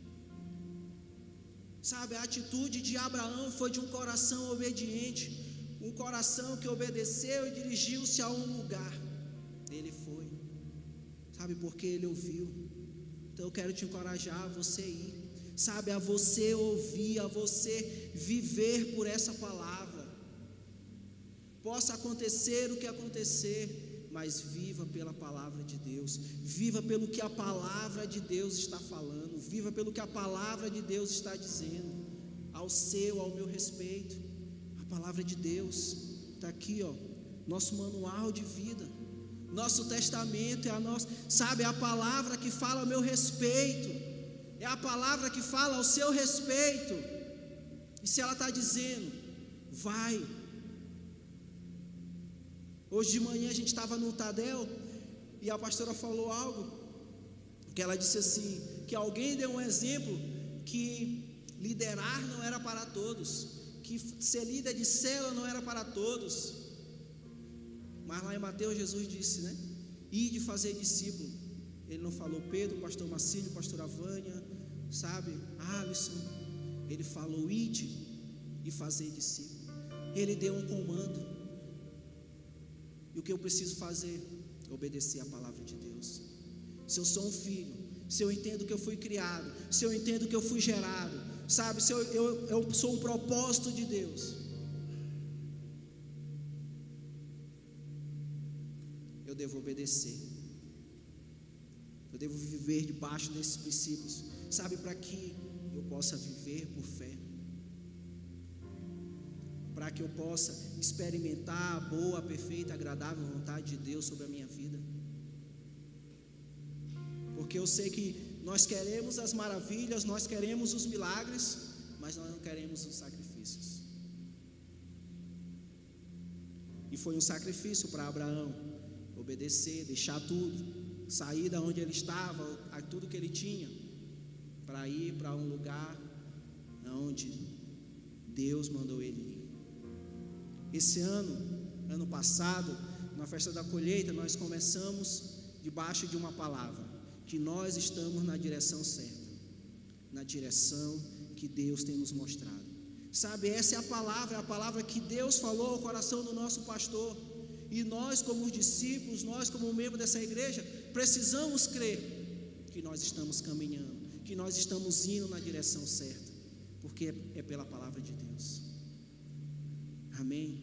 Sabe, a atitude de Abraão foi de um coração obediente, um coração que obedeceu e dirigiu-se a um lugar. Ele foi, sabe, porque ele ouviu. Então eu quero te encorajar a você ir, sabe, a você ouvir, a você viver por essa palavra. Possa acontecer o que acontecer, mas viva pela palavra de Deus, viva pelo que a palavra de Deus está falando, viva pelo que a palavra de Deus está dizendo, ao seu, ao meu respeito. A palavra de Deus está aqui, ó, nosso manual de vida, nosso testamento é a nossa, sabe, é a palavra que fala ao meu respeito, é a palavra que fala ao seu respeito. E se ela está dizendo, vai. Hoje de manhã a gente estava no Tadel e a pastora falou algo, que ela disse assim, que alguém deu um exemplo, que liderar não era para todos, que ser líder de célula não era para todos, mas lá em Mateus Jesus disse, né, ide fazer discípulo. Ele não falou Pedro, pastor Marcílio, pastora Vânia, sabe, Alisson, ele falou ide e fazer discípulo. Ele deu um comando, e o que eu preciso fazer? Obedecer a palavra de Deus. Se eu sou um filho, se eu entendo que eu fui criado, se eu entendo que eu fui gerado, sabe, se eu, eu, eu sou um propósito de Deus, eu devo obedecer, eu devo viver debaixo desses princípios, sabe, para que eu possa viver por fé, para que eu possa experimentar a boa, perfeita, agradável vontade de Deus sobre a minha vida, porque eu sei que nós queremos as maravilhas, nós queremos os milagres, mas nós não queremos os sacrifícios. E foi um sacrifício para Abraão obedecer, deixar tudo, sair da onde ele estava, a tudo que ele tinha, para ir para um lugar onde Deus mandou ele ir. Esse ano, ano passado, na festa da colheita, nós começamos debaixo de uma palavra, que nós estamos na direção certa, na direção que Deus tem nos mostrado. Sabe, essa é a palavra, é a palavra que Deus falou ao coração do nosso pastor. E nós, como discípulos, nós, como membro dessa igreja, precisamos crer que nós estamos caminhando, que nós estamos indo na direção certa, porque é pela palavra de Deus. Amém?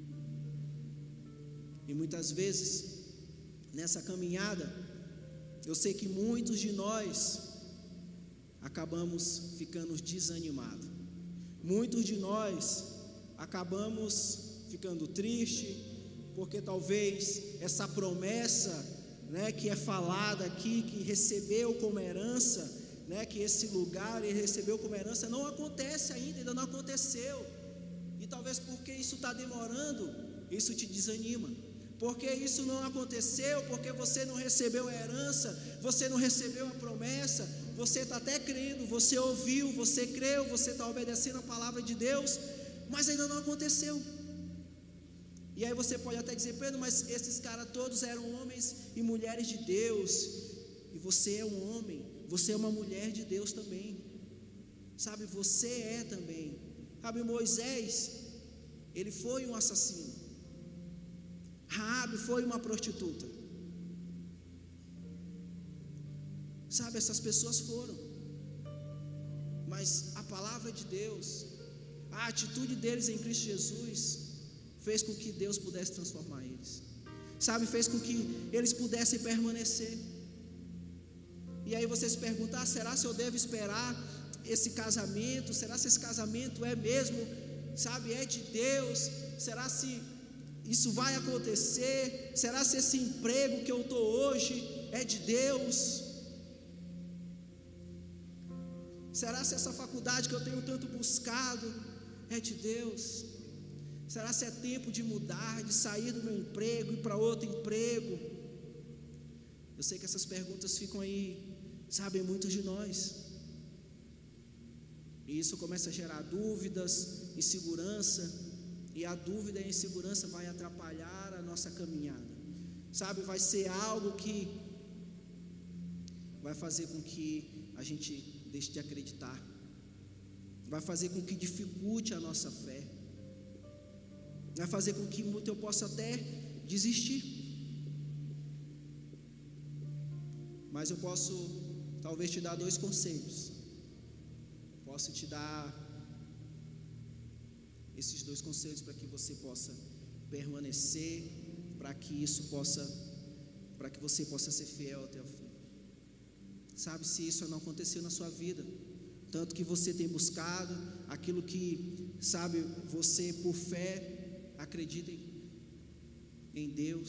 E muitas vezes, nessa caminhada, eu sei que muitos de nós acabamos ficando desanimados. Muitos de nós acabamos ficando tristes, porque talvez essa promessa, né, que é falada aqui, que recebeu como herança, né, que esse lugar ele recebeu como herança, não acontece ainda, ainda não aconteceu. E talvez porque isso está demorando, isso te desanima. Porque isso não aconteceu, porque você não recebeu a herança, você não recebeu a promessa, você está até crendo, você ouviu, você creu, você está obedecendo a palavra de Deus, mas ainda não aconteceu. E aí você pode até dizer, Pedro, mas esses caras todos eram homens e mulheres de Deus, e você é um homem, você é uma mulher de Deus também. Sabe, você é também. Sabe, Moisés, ele foi um assassino. Raabe foi uma prostituta. Sabe, essas pessoas foram. Mas a palavra de Deus, a atitude deles em Cristo Jesus, fez com que Deus pudesse transformar eles. Sabe, fez com que eles pudessem permanecer. E aí você se pergunta, ah, será se eu devo esperar esse casamento? Será se esse casamento é mesmo, sabe, é de Deus? Será se isso vai acontecer? Será se esse emprego que eu estou hoje é de Deus? Será se essa faculdade que eu tenho tanto buscado é de Deus? Será se é tempo de mudar, de sair do meu emprego e ir para outro emprego? Eu sei que essas perguntas ficam aí, sabe, em muitos de nós. E isso começa a gerar dúvidas, insegurança, e a dúvida e a insegurança vai atrapalhar a nossa caminhada. Sabe, vai ser algo que vai fazer com que a gente deixe de acreditar, vai fazer com que dificulte a nossa fé, vai fazer com que muito eu possa até desistir. Mas eu posso talvez te dar dois conselhos. Posso te dar esses dois conselhos para que você possa permanecer, para que isso possa, para que você possa ser fiel até o fim. Sabe, se isso não aconteceu na sua vida, tanto que você tem buscado aquilo que, sabe, você por fé acredita em, em Deus,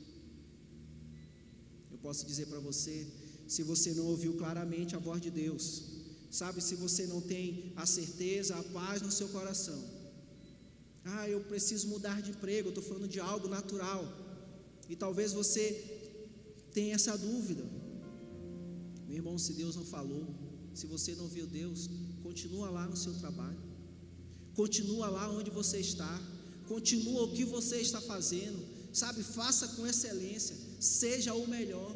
eu posso dizer para você, se você não ouviu claramente a voz de Deus, sabe, se você não tem a certeza, a paz no seu coração, ah, eu preciso mudar de emprego, eu estou falando de algo natural, e talvez você tenha essa dúvida. Meu irmão, se Deus não falou, se você não viu Deus, continua lá no seu trabalho, continua lá onde você está, continua o que você está fazendo, sabe, faça com excelência, seja o melhor.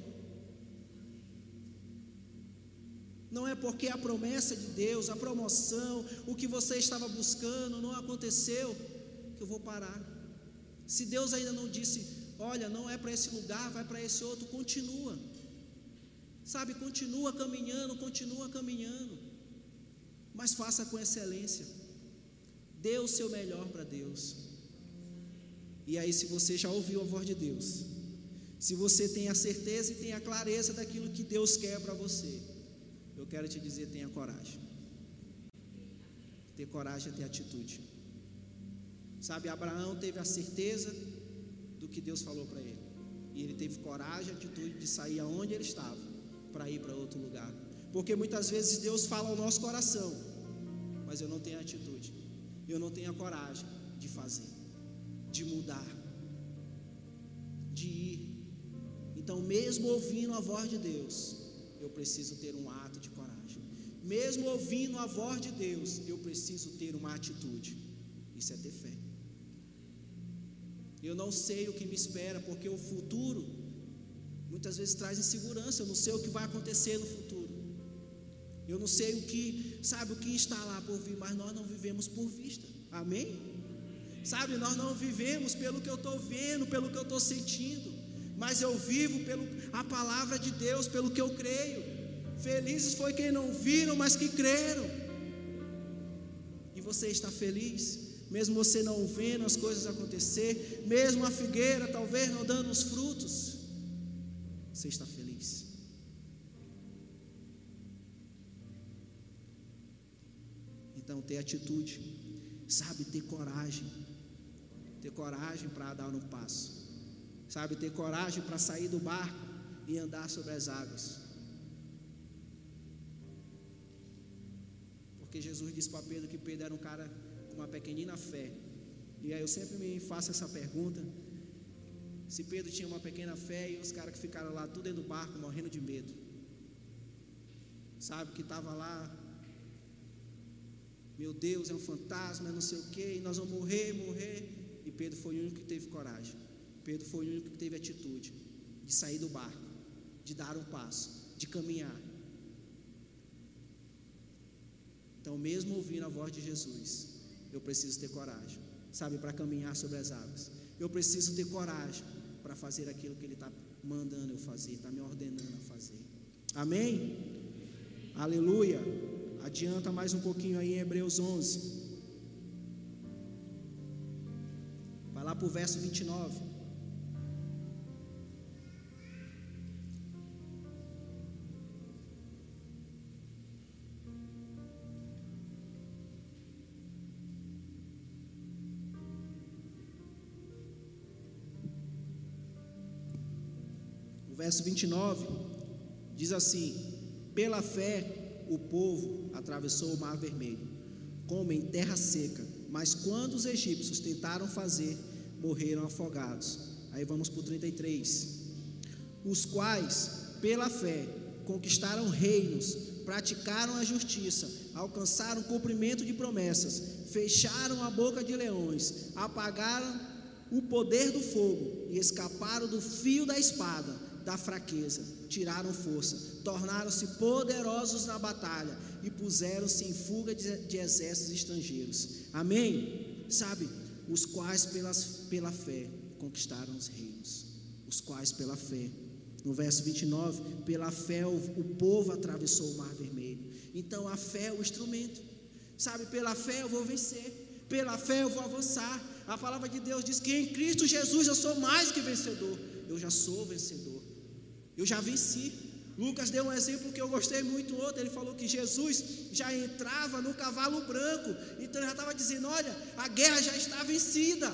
Não é porque a promessa de Deus, a promoção, o que você estava buscando não aconteceu, que eu vou parar. Se Deus ainda não disse, olha, não é para esse lugar, vai para esse outro, continua. Sabe, continua caminhando, continua caminhando, mas faça com excelência, dê o seu melhor para Deus. E aí, se você já ouviu a voz de Deus, se você tem a certeza e tem a clareza daquilo que Deus quer para você, eu quero te dizer, tenha coragem. Ter coragem é ter atitude. Sabe, Abraão teve a certeza do que Deus falou para ele, e ele teve coragem e atitude de sair aonde ele estava para ir para outro lugar. Porque muitas vezes Deus fala ao nosso coração, mas eu não tenho atitude, eu não tenho a coragem de fazer, de mudar, de ir. Então, mesmo ouvindo a voz de Deus, eu preciso ter um ato de coragem. Mesmo ouvindo a voz de Deus, eu preciso ter uma atitude. Isso é ter fé. Eu não sei o que me espera, porque o futuro muitas vezes traz insegurança. Eu não sei o que vai acontecer no futuro, eu não sei o que, sabe, o que está lá por vir, mas nós não vivemos por vista, amém? Sabe, nós não vivemos pelo que eu estou vendo, pelo que eu estou sentindo, mas eu vivo pela a palavra de Deus, pelo que eu creio. Felizes foi quem não viram, mas que creram. E você está feliz, mesmo você não vendo as coisas acontecer, mesmo a figueira talvez não dando os frutos, você está feliz. Então, ter atitude, sabe, ter coragem, ter coragem para dar um passo, sabe, ter coragem para sair do barco e andar sobre as águas. Porque Jesus disse para Pedro que Pedro era um cara com uma pequenina fé. E aí eu sempre me faço essa pergunta: se Pedro tinha uma pequena fé e os caras que ficaram lá tudo dentro do barco morrendo de medo, sabe, que estava lá, meu Deus, é um fantasma, não sei o que, e nós vamos morrer, morrer. E Pedro foi o único que teve coragem, Pedro foi o único que teve atitude de sair do barco, de dar um passo, de caminhar. Então, mesmo ouvindo a voz de Jesus, eu preciso ter coragem, sabe, para caminhar sobre as águas. Eu preciso ter coragem para fazer aquilo que Ele está mandando eu fazer, está me ordenando a fazer. Amém? Aleluia. Adianta mais um pouquinho aí em Hebreus onze. Vai lá para o verso vinte e nove. O verso vinte e nove diz assim: pela fé o povo atravessou o mar vermelho, como em terra seca, mas quando os egípcios tentaram fazer, morreram afogados. Aí vamos para o trinta e três. Os quais, pela fé, conquistaram reinos, praticaram a justiça, alcançaram o cumprimento de promessas, fecharam a boca de leões, apagaram o poder do fogo e escaparam do fio da espada, da fraqueza, tiraram força, tornaram-se poderosos na batalha e puseram-se em fuga de, de exércitos estrangeiros. Amém? Sabe, os quais pelas, pela fé conquistaram os reinos, os quais pela fé. No verso vinte e nove, pela fé o, o povo atravessou o mar vermelho. Então a fé é o instrumento, sabe, pela fé eu vou vencer, pela fé eu vou avançar. A palavra de Deus diz que em Cristo Jesus eu sou mais que vencedor. Eu já sou vencedor, eu já venci. Lucas deu um exemplo que eu gostei muito outro. Ele falou que Jesus já entrava no cavalo branco, então ele já estava dizendo: olha, a guerra já está vencida.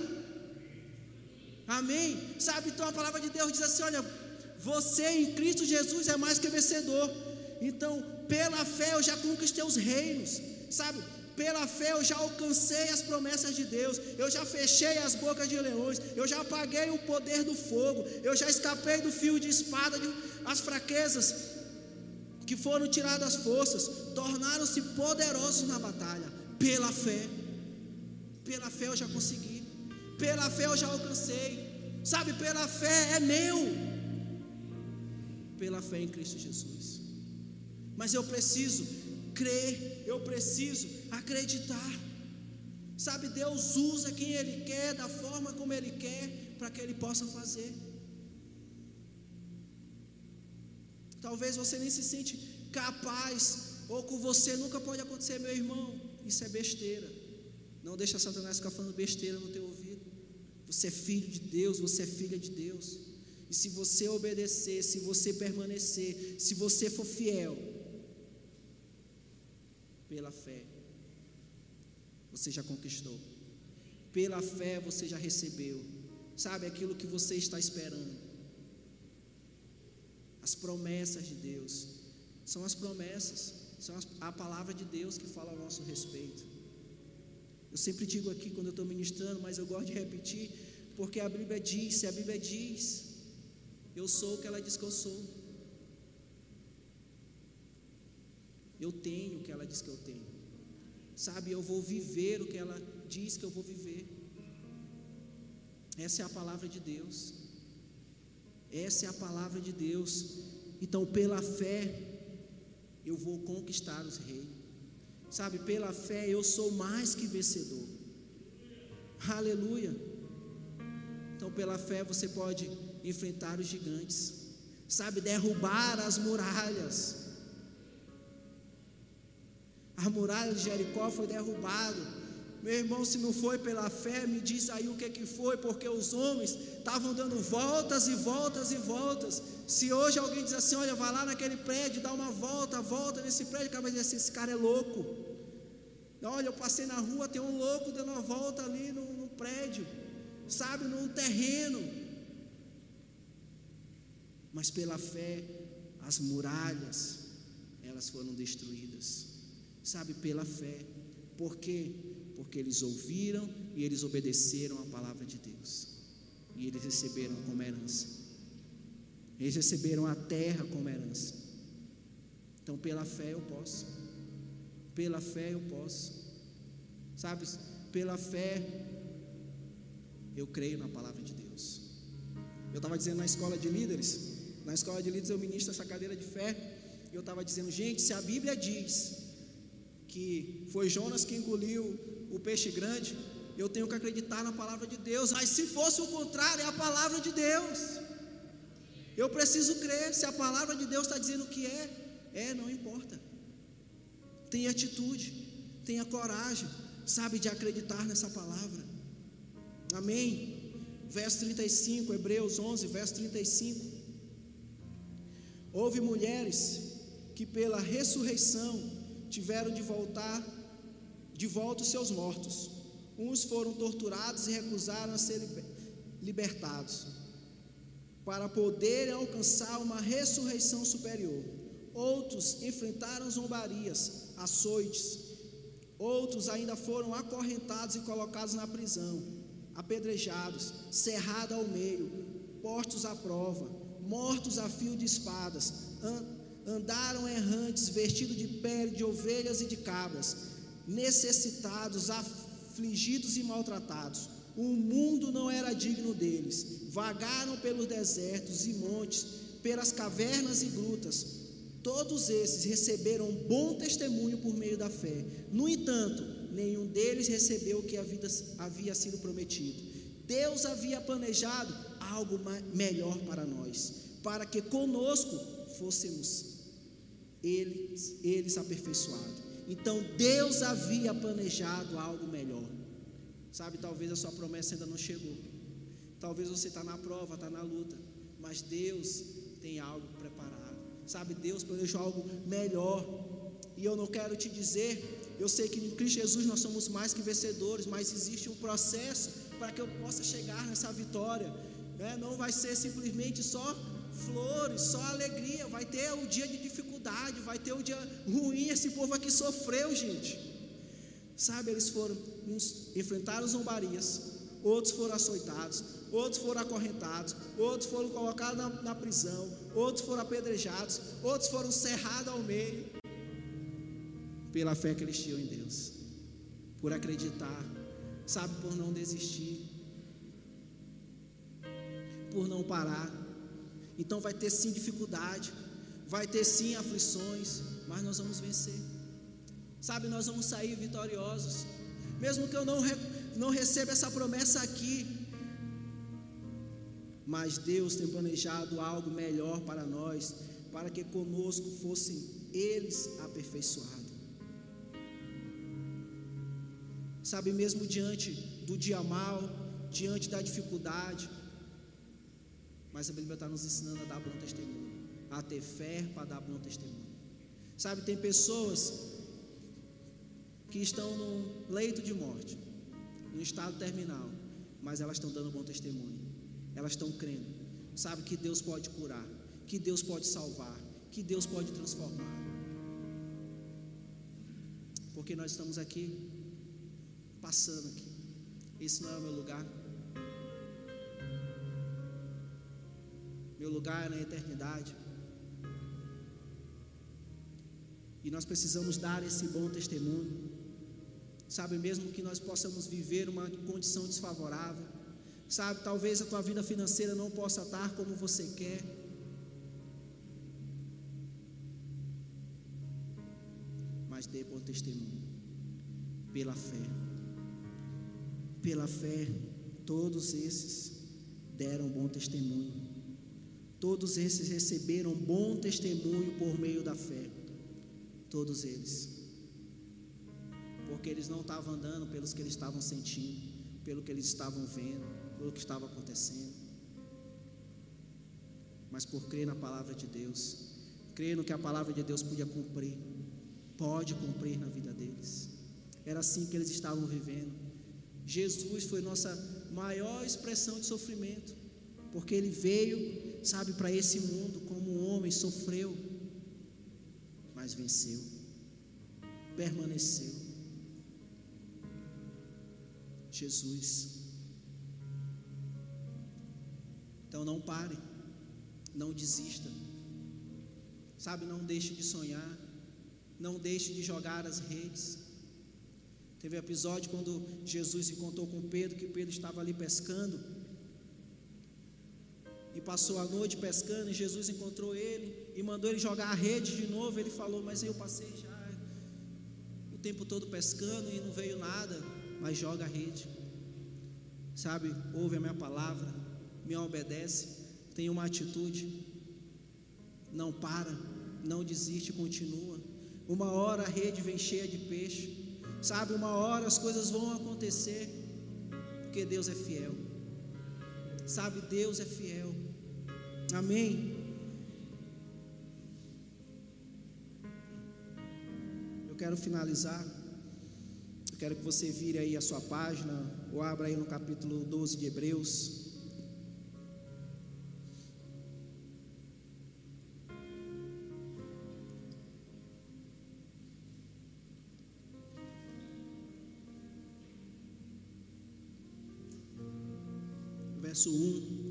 Amém? Sabe, então a palavra de Deus diz assim: olha, você em Cristo Jesus é mais que vencedor. Então pela fé eu já conquistei os reinos, sabe, pela fé eu já alcancei as promessas de Deus, eu já fechei as bocas de leões, eu já apaguei o poder do fogo, eu já escapei do fio de espada, de, as fraquezas que foram tiradas as forças, tornaram-se poderosos na batalha, pela fé. Pela fé eu já consegui, pela fé eu já alcancei, sabe, pela fé é meu, pela fé em Cristo Jesus. Mas eu preciso crer, eu preciso acreditar, sabe, Deus usa quem Ele quer, da forma como Ele quer, para que Ele possa fazer. Talvez você nem se sente capaz, ou com você nunca pode acontecer, meu irmão, isso é besteira. Não deixa Satanás ficar falando besteira no teu ouvido. Você é filho de Deus, você é filha de Deus, e se você obedecer, se você permanecer, se você for fiel, pela fé você já conquistou, pela fé você já recebeu, sabe, aquilo que você está esperando. As promessas de Deus são as promessas, são as, a palavra de Deus que fala ao nosso respeito. Eu sempre digo aqui quando eu estou ministrando, mas eu gosto de repetir, porque a Bíblia diz, se a Bíblia diz, eu sou o que ela diz que eu sou, eu tenho o que ela diz que eu tenho, sabe, eu vou viver o que ela diz que eu vou viver. Essa é a palavra de Deus, essa é a palavra de Deus. Então pela fé eu vou conquistar os reinos, sabe, pela fé eu sou mais que vencedor, aleluia. Então pela fé você pode enfrentar os gigantes, sabe, derrubar as muralhas. A muralha de Jericó foi derrubada, meu irmão. Se não foi pela fé, me diz aí o que que foi, porque os homens estavam dando voltas e voltas e voltas. Se hoje alguém diz assim: olha, vai lá naquele prédio, dá uma volta, volta nesse prédio, o cara vai dizer assim: esse cara é louco. Olha, eu passei na rua, tem um louco dando uma volta ali no, no prédio, sabe, num terreno. Mas pela fé as muralhas, elas foram destruídas, sabe, pela fé. Por quê? Porque eles ouviram e eles obedeceram a palavra de Deus, e eles receberam como herança, eles receberam a terra como herança. Então pela fé eu posso, pela fé eu posso, sabe, pela fé eu creio na palavra de Deus. Eu estava dizendo na escola de líderes, na escola de líderes eu ministro essa cadeira de fé, e eu estava dizendo: gente, se a Bíblia diz que foi Jonas que engoliu o peixe grande, eu tenho que acreditar na palavra de Deus. Mas se fosse o contrário, é a palavra de Deus. Eu preciso crer. Se a palavra de Deus está dizendo que é, é, não importa. Tenha atitude, tenha coragem, sabe, de acreditar nessa palavra. Amém. Verso trinta e cinco, Hebreus onze, verso trinta e cinco. Houve mulheres que pela ressurreição tiveram de voltar de volta os seus mortos. Uns foram torturados e recusaram a ser libertados, para poderem alcançar uma ressurreição superior. Outros enfrentaram zombarias, açoites. Outros ainda foram acorrentados e colocados na prisão, apedrejados, cerrados ao meio, postos à prova, mortos a fio de espadas. Andaram errantes, vestidos de pele de ovelhas e de cabras, necessitados, afligidos e maltratados. O mundo não era digno deles. Vagaram pelos desertos e montes, pelas cavernas e grutas. Todos esses receberam bom testemunho por meio da fé. No entanto, nenhum deles recebeu o que havia sido prometido. Deus havia planejado algo melhor para nós, para que conosco fôssemos eles, eles aperfeiçoados. Então Deus havia planejado algo melhor. Sabe, talvez a sua promessa ainda não chegou. Talvez você está na prova, está na luta, mas Deus tem algo preparado. Sabe, Deus planejou algo melhor. E eu não quero te dizer, eu sei que em Cristo Jesus nós somos mais que vencedores, mas existe um processo para que eu possa chegar nessa vitória, né? Não vai ser simplesmente só flores, só alegria. Vai ter o dia de dificuldade, vai ter o dia ruim. Esse povo aqui sofreu, gente. Sabe, eles foram, uns enfrentaram zombarias, outros foram açoitados, outros foram acorrentados, outros foram colocados na, na prisão, outros foram apedrejados, outros foram cerrados ao meio, pela fé que eles tinham em Deus, por acreditar, sabe, por não desistir, por não parar. Então vai ter sim dificuldade, vai ter sim aflições, mas nós vamos vencer. Sabe, nós vamos sair vitoriosos. Mesmo que eu não, re, não receba essa promessa aqui, mas Deus tem planejado algo melhor para nós, para que conosco fossem eles aperfeiçoados. Sabe, mesmo diante do dia mal, diante da dificuldade, mas a Bíblia está nos ensinando a dar bom testemunho, a ter fé para dar bom testemunho. Sabe, tem pessoas que estão num leito de morte, em estado terminal, mas elas estão dando bom testemunho, elas estão crendo, sabe, que Deus pode curar, que Deus pode salvar, que Deus pode transformar, porque nós estamos aqui, passando aqui, esse não é o meu lugar, meu lugar é na eternidade, e nós precisamos dar esse bom testemunho. Sabe, mesmo que nós possamos viver uma condição desfavorável, sabe, talvez a tua vida financeira não possa estar como você quer, mas dê bom testemunho, pela fé, pela fé, todos esses deram bom testemunho, todos esses receberam bom testemunho por meio da fé, todos eles, porque eles não estavam andando pelos que eles estavam sentindo, pelo que eles estavam vendo, pelo que estava acontecendo, mas por crer na palavra de Deus, crer no que a palavra de Deus podia cumprir, pode cumprir na vida deles. Era assim que eles estavam vivendo. Jesus foi nossa maior expressão de sofrimento, porque ele veio, sabe, para esse mundo como um homem, sofreu, mas venceu, permaneceu. Jesus. Então não pare, não desista, sabe, não deixe de sonhar, não deixe de jogar as redes. Teve um episódio quando Jesus se encontrou com Pedro, que Pedro estava ali pescando, e passou a noite pescando, e Jesus encontrou ele, e mandou ele jogar a rede de novo. Ele falou, mas eu passei já o o tempo todo pescando e não veio nada, mas joga a rede, sabe? Ouve a minha palavra, me obedece, tem uma atitude, não para, não desiste, continua. Uma hora a rede vem cheia de peixe, sabe? Uma hora as coisas vão acontecer, porque Deus é fiel, sabe? Deus é fiel, amém? Eu quero finalizar, eu quero que você vire aí a sua página, ou abra aí no capítulo doze de Hebreus. Verso um.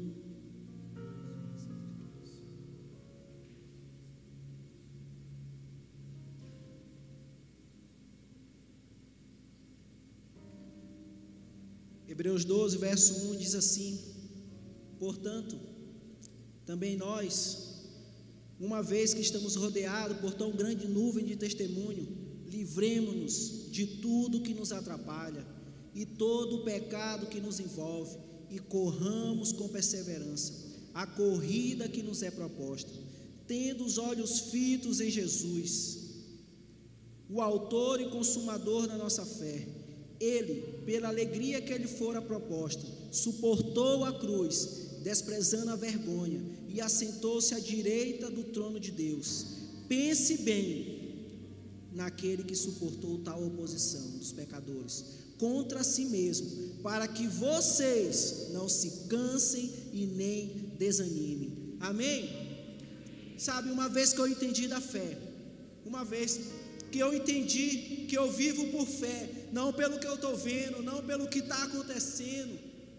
Hebreus doze, verso um diz assim: portanto, também nós, uma vez que estamos rodeados por tão grande nuvem de testemunho, livremo-nos de tudo que nos atrapalha e todo o pecado que nos envolve, e corramos com perseverança a corrida que nos é proposta, tendo os olhos fitos em Jesus, o autor e consumador da nossa fé. Ele, pela alegria que lhe fora proposta, suportou a cruz, desprezando a vergonha, e assentou-se à direita do trono de Deus. Pense bem naquele que suportou tal oposição dos pecadores contra si mesmo, para que vocês não se cansem e nem desanimem. Amém? Sabe, uma vez que eu entendi da fé, uma vez que eu entendi que eu vivo por fé, não pelo que eu estou vendo, não pelo que está acontecendo,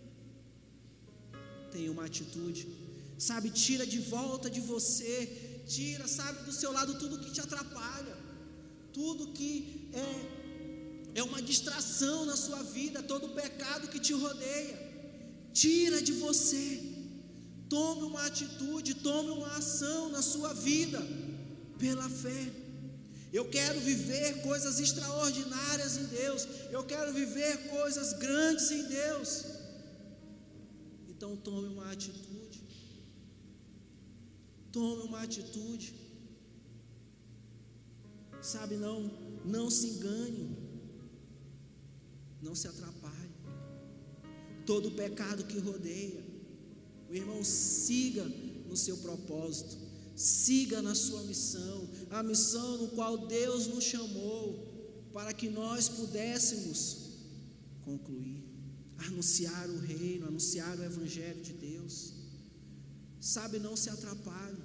tenha uma atitude, sabe, tira de volta de você, tira, sabe, do seu lado tudo que te atrapalha, tudo que é, é uma distração na sua vida, todo o pecado que te rodeia, tira de você, tome uma atitude, tome uma ação na sua vida, pela fé. Eu quero viver coisas extraordinárias em Deus, eu quero viver coisas grandes em Deus, então tome uma atitude, tome uma atitude, sabe, não, não se engane, não se atrapalhe, todo pecado que rodeia, o irmão, siga no seu propósito, siga na sua missão, a missão no qual Deus nos chamou, para que nós pudéssemos concluir, anunciar o reino, anunciar o evangelho de Deus, sabe, não se atrapalhe,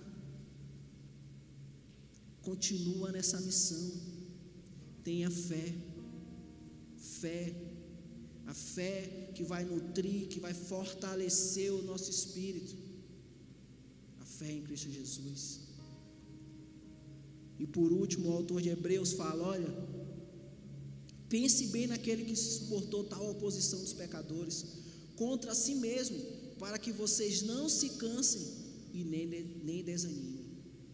continua nessa missão, tenha fé, fé, a fé que vai nutrir, que vai fortalecer o nosso espírito, a fé em Cristo Jesus. E por último, o autor de Hebreus fala: olha, pense bem naquele que suportou tal oposição dos pecadores contra si mesmo, para que vocês não se cansem e nem, nem desanimem.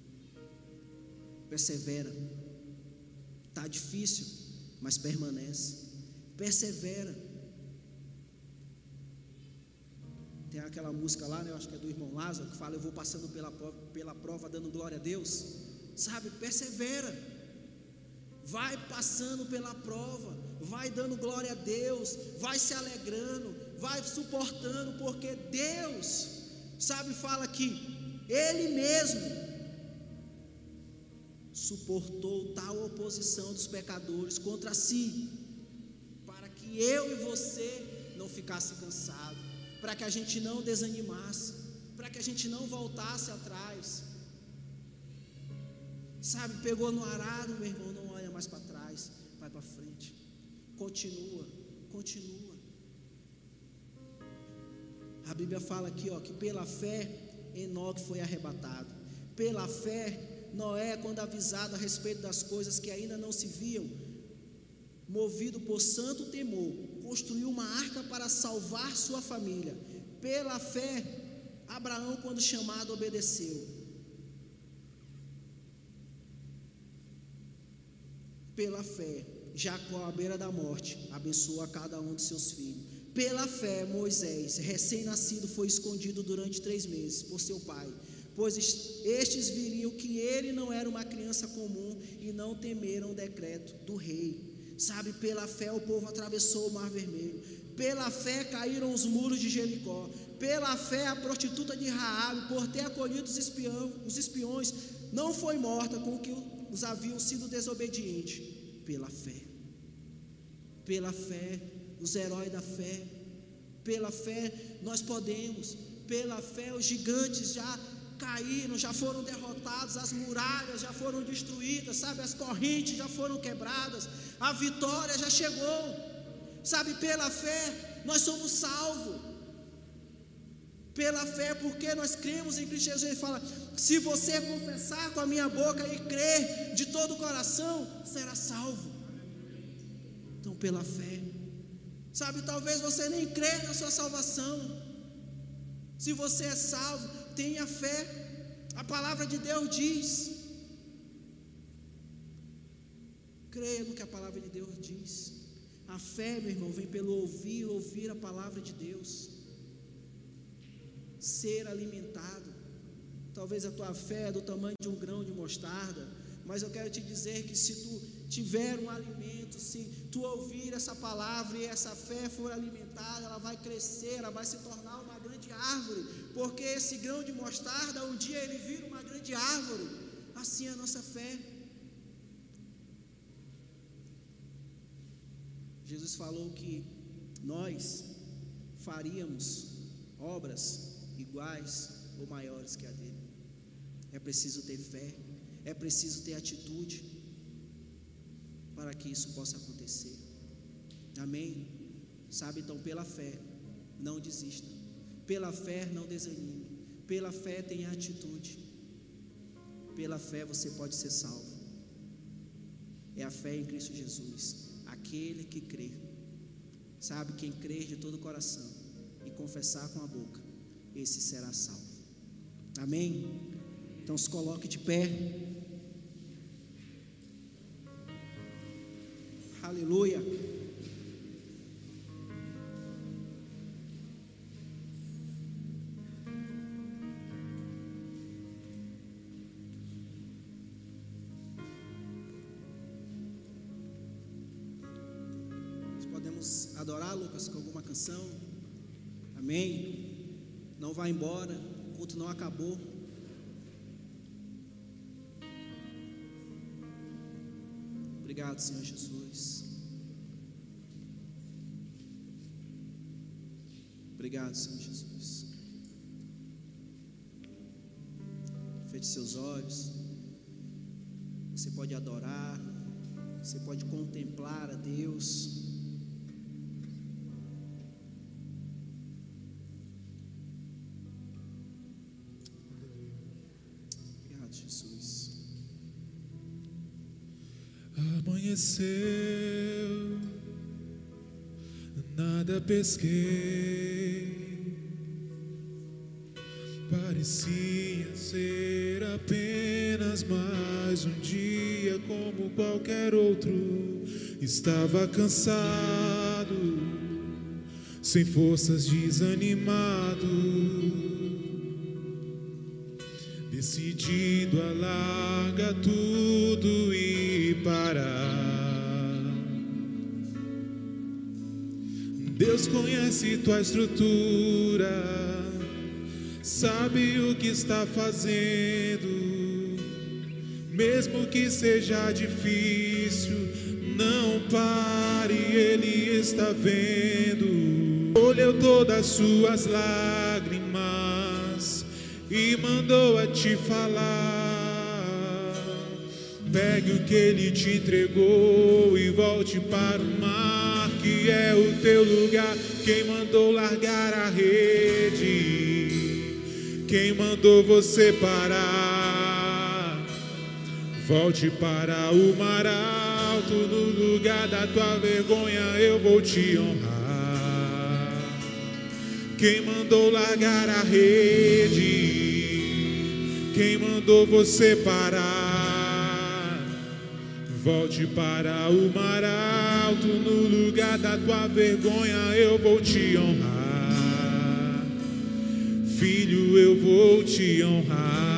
Persevera, está difícil, mas permanece, persevera. Tem aquela música lá, né, eu acho que é do irmão Lázaro, que fala: eu vou passando pela, pela prova dando glória a Deus, sabe, persevera, vai passando pela prova, vai dando glória a Deus, vai se alegrando, vai suportando, porque Deus, sabe, fala que Ele mesmo suportou tal oposição dos pecadores contra si, para que eu e você não ficasse cansado, para que a gente não desanimasse, para que a gente não voltasse atrás, sabe, pegou no arado, meu irmão, não olha mais para trás, vai para frente, continua, continua. A Bíblia fala aqui, ó, que pela fé Enoque foi arrebatado, pela fé Noé, quando avisado a respeito das coisas que ainda não se viam, movido por santo temor, construiu uma arca para salvar sua família. Pela fé Abraão, quando chamado, obedeceu. Pela fé Jacó, à beira da morte, abençoou a cada um de seus filhos. Pela fé, Moisés, recém-nascido, foi escondido durante três meses por seu pai, pois estes viriam que ele não era uma criança comum e não temeram o decreto do rei. Sabe, pela fé o povo atravessou o mar vermelho. Pela fé caíram os muros de Jericó. Pela fé a prostituta de Raabe, por ter acolhido os, espião, os espiões, não foi morta com que os haviam sido desobedientes. Pela fé. Pela fé, os heróis da fé. Pela fé nós podemos. Pela fé os gigantes já caíram, já foram derrotados, as muralhas já foram destruídas, sabe, as correntes já foram quebradas, a vitória já chegou, sabe, pela fé nós somos salvos, pela fé, porque nós cremos em Cristo Jesus. Ele fala, se você confessar com a minha boca e crer de todo o coração, será salvo. Então pela fé, sabe, talvez você nem crê na sua salvação. Se você é salvo, tenha fé. A palavra de Deus diz. Creia no que a palavra de Deus diz. A fé, meu irmão, vem pelo ouvir, ouvir a palavra de Deus. Ser alimentado. Talvez a tua fé é do tamanho de um grão de mostarda, mas eu quero te dizer que se tu tiver um alimento, se tu ouvir essa palavra e essa fé for alimentada, ela vai crescer, ela vai se tornar uma grande árvore, porque esse grão de mostarda, um dia ele vira uma grande árvore. Assim é a nossa fé. Jesus falou que nós faríamos obras iguais ou maiores que a dele. É preciso ter fé, é preciso ter atitude para que isso possa acontecer. Amém? Sabe, então pela fé não desista, pela fé não desanime, pela fé tenha atitude, pela fé você pode ser salvo. É a fé em Cristo Jesus. Aquele que crê, sabe, quem crer de todo o coração e confessar com a boca, esse será salvo. Amém? Então se coloque de pé. Aleluia. Podemos adorar, Lucas, com alguma canção? Amém? Não vá embora, o culto não acabou. Obrigado, Senhor Jesus. Obrigado, Senhor Jesus. Feche seus olhos. Você pode adorar, você pode contemplar a Deus. Amanheceu, nada pesquei, parecia ser apenas mais um dia como qualquer outro. Estava cansado, sem forças, desanimado, decidido a largar tudo e parar. Deus conhece tua estrutura, sabe o que está fazendo, mesmo que seja difícil, não pare, Ele está vendo. Olhou todas as suas lágrimas e mandou a te falar. Pegue o que Ele te entregou e volte para o mar, que é o teu lugar. Quem mandou largar a rede? Quem mandou você parar? Volte para o mar alto, no lugar da tua vergonha eu vou te honrar. Quem mandou largar a rede? Quem mandou você parar? Volte para o mar alto, no lugar da tua vergonha eu vou te honrar. Filho, eu vou te honrar.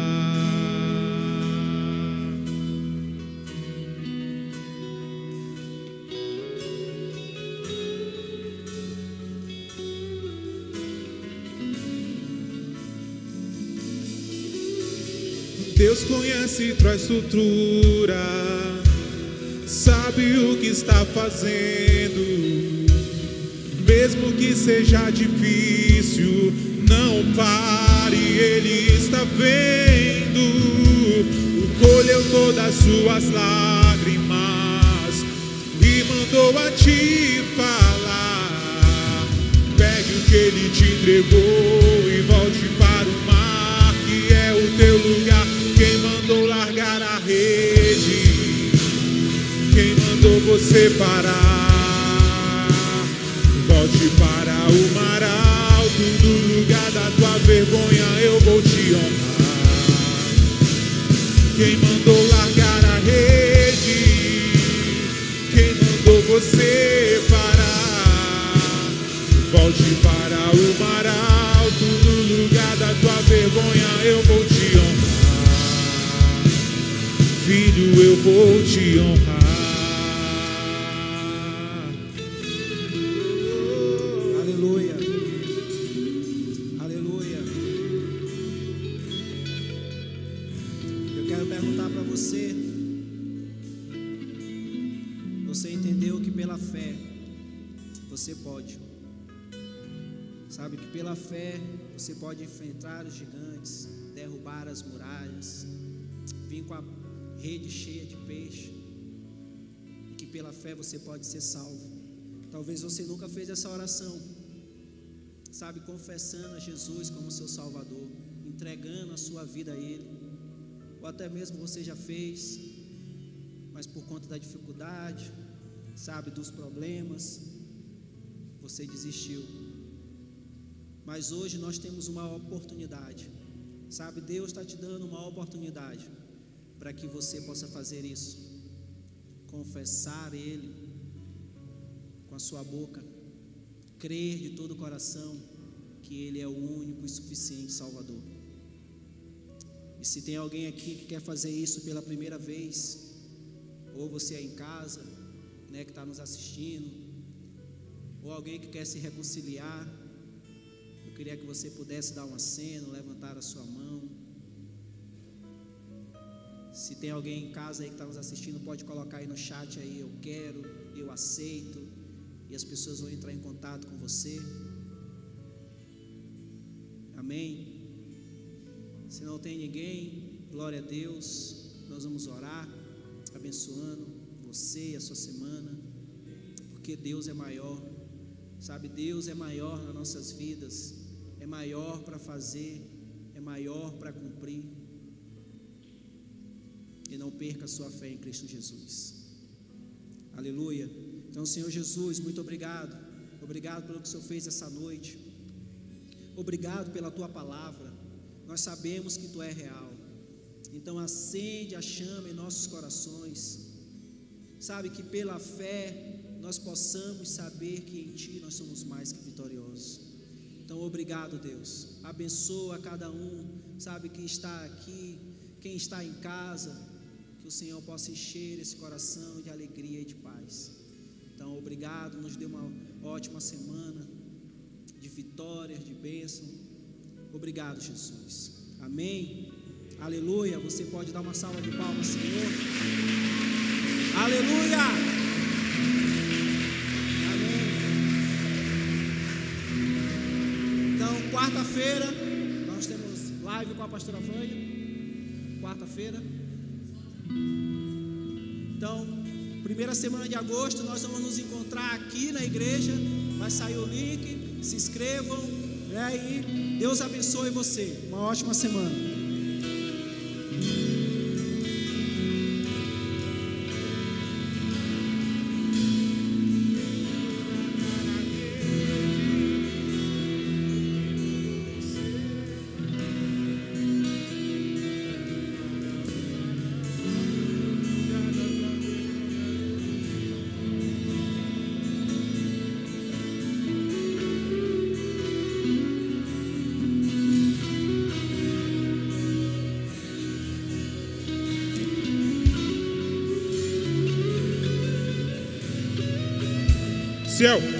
Deus conhece tua estrutura, sabe o que está fazendo. Mesmo que seja difícil, não pare, Ele está vendo. Colheu todas as suas lágrimas e mandou a te falar. Pegue o que Ele te entregou e volte para o mar, que é o teu lugar. Quem mandou largar a rede? Quem mandou você parar? Volte para o mar alto, no lugar da tua vergonha eu vou te honrar. Quem mandou largar a rede? Quem mandou você parar? Volte para o mar alto, no lugar da tua vergonha eu vou te honrar. Filho, eu vou te honrar. Aleluia. Aleluia. Eu quero perguntar para você: você entendeu que pela fé você pode? Sabe que pela fé você pode enfrentar os gigantes, derrubar as muralhas, vir com a rede cheia de peixe, e que pela fé você pode ser salvo. Talvez você nunca fez essa oração, sabe, confessando a Jesus como seu Salvador, entregando a sua vida a Ele, ou até mesmo você já fez, mas por conta da dificuldade, sabe, dos problemas, você desistiu. Mas hoje nós temos uma oportunidade, sabe, Deus está te dando uma oportunidade para que você possa fazer isso, confessar Ele com a sua boca, crer de todo o coração que Ele é o único e suficiente Salvador. E se tem alguém aqui que quer fazer isso pela primeira vez, ou você é em casa, né, que está nos assistindo, ou alguém que quer se reconciliar, eu queria que você pudesse dar um aceno, levantar a sua mão. Se tem alguém em casa aí que está nos assistindo, pode colocar aí no chat aí, eu quero, eu aceito, e as pessoas vão entrar em contato com você. Amém? Se não tem ninguém, glória a Deus, nós vamos orar, abençoando você e a sua semana, porque Deus é maior, sabe, Deus é maior nas nossas vidas, é maior para fazer, é maior para cumprir. E não perca a sua fé em Cristo Jesus. Aleluia. Então, Senhor Jesus, muito obrigado. Obrigado pelo que o Senhor fez essa noite. Obrigado pela Tua palavra. Nós sabemos que Tu é real. Então, acende a chama em nossos corações. Sabe, que pela fé nós possamos saber que em Ti nós somos mais que vitoriosos. Então, obrigado, Deus. Abençoa cada um, sabe, que está aqui, quem está em casa, que o Senhor possa encher esse coração de alegria e de paz. Então, obrigado, nos dê uma ótima semana de vitórias, de bênção. Obrigado, Jesus. Amém. Aleluia. Você pode dar uma salva de palmas, Senhor. Aleluia. Amém. Então, quarta-feira nós temos live com a pastora Vânia. Quarta-feira. Então, primeira semana de agosto nós vamos nos encontrar aqui na igreja. Vai sair o link, se inscrevam, né? E Deus abençoe você. Uma ótima semana. Ciel.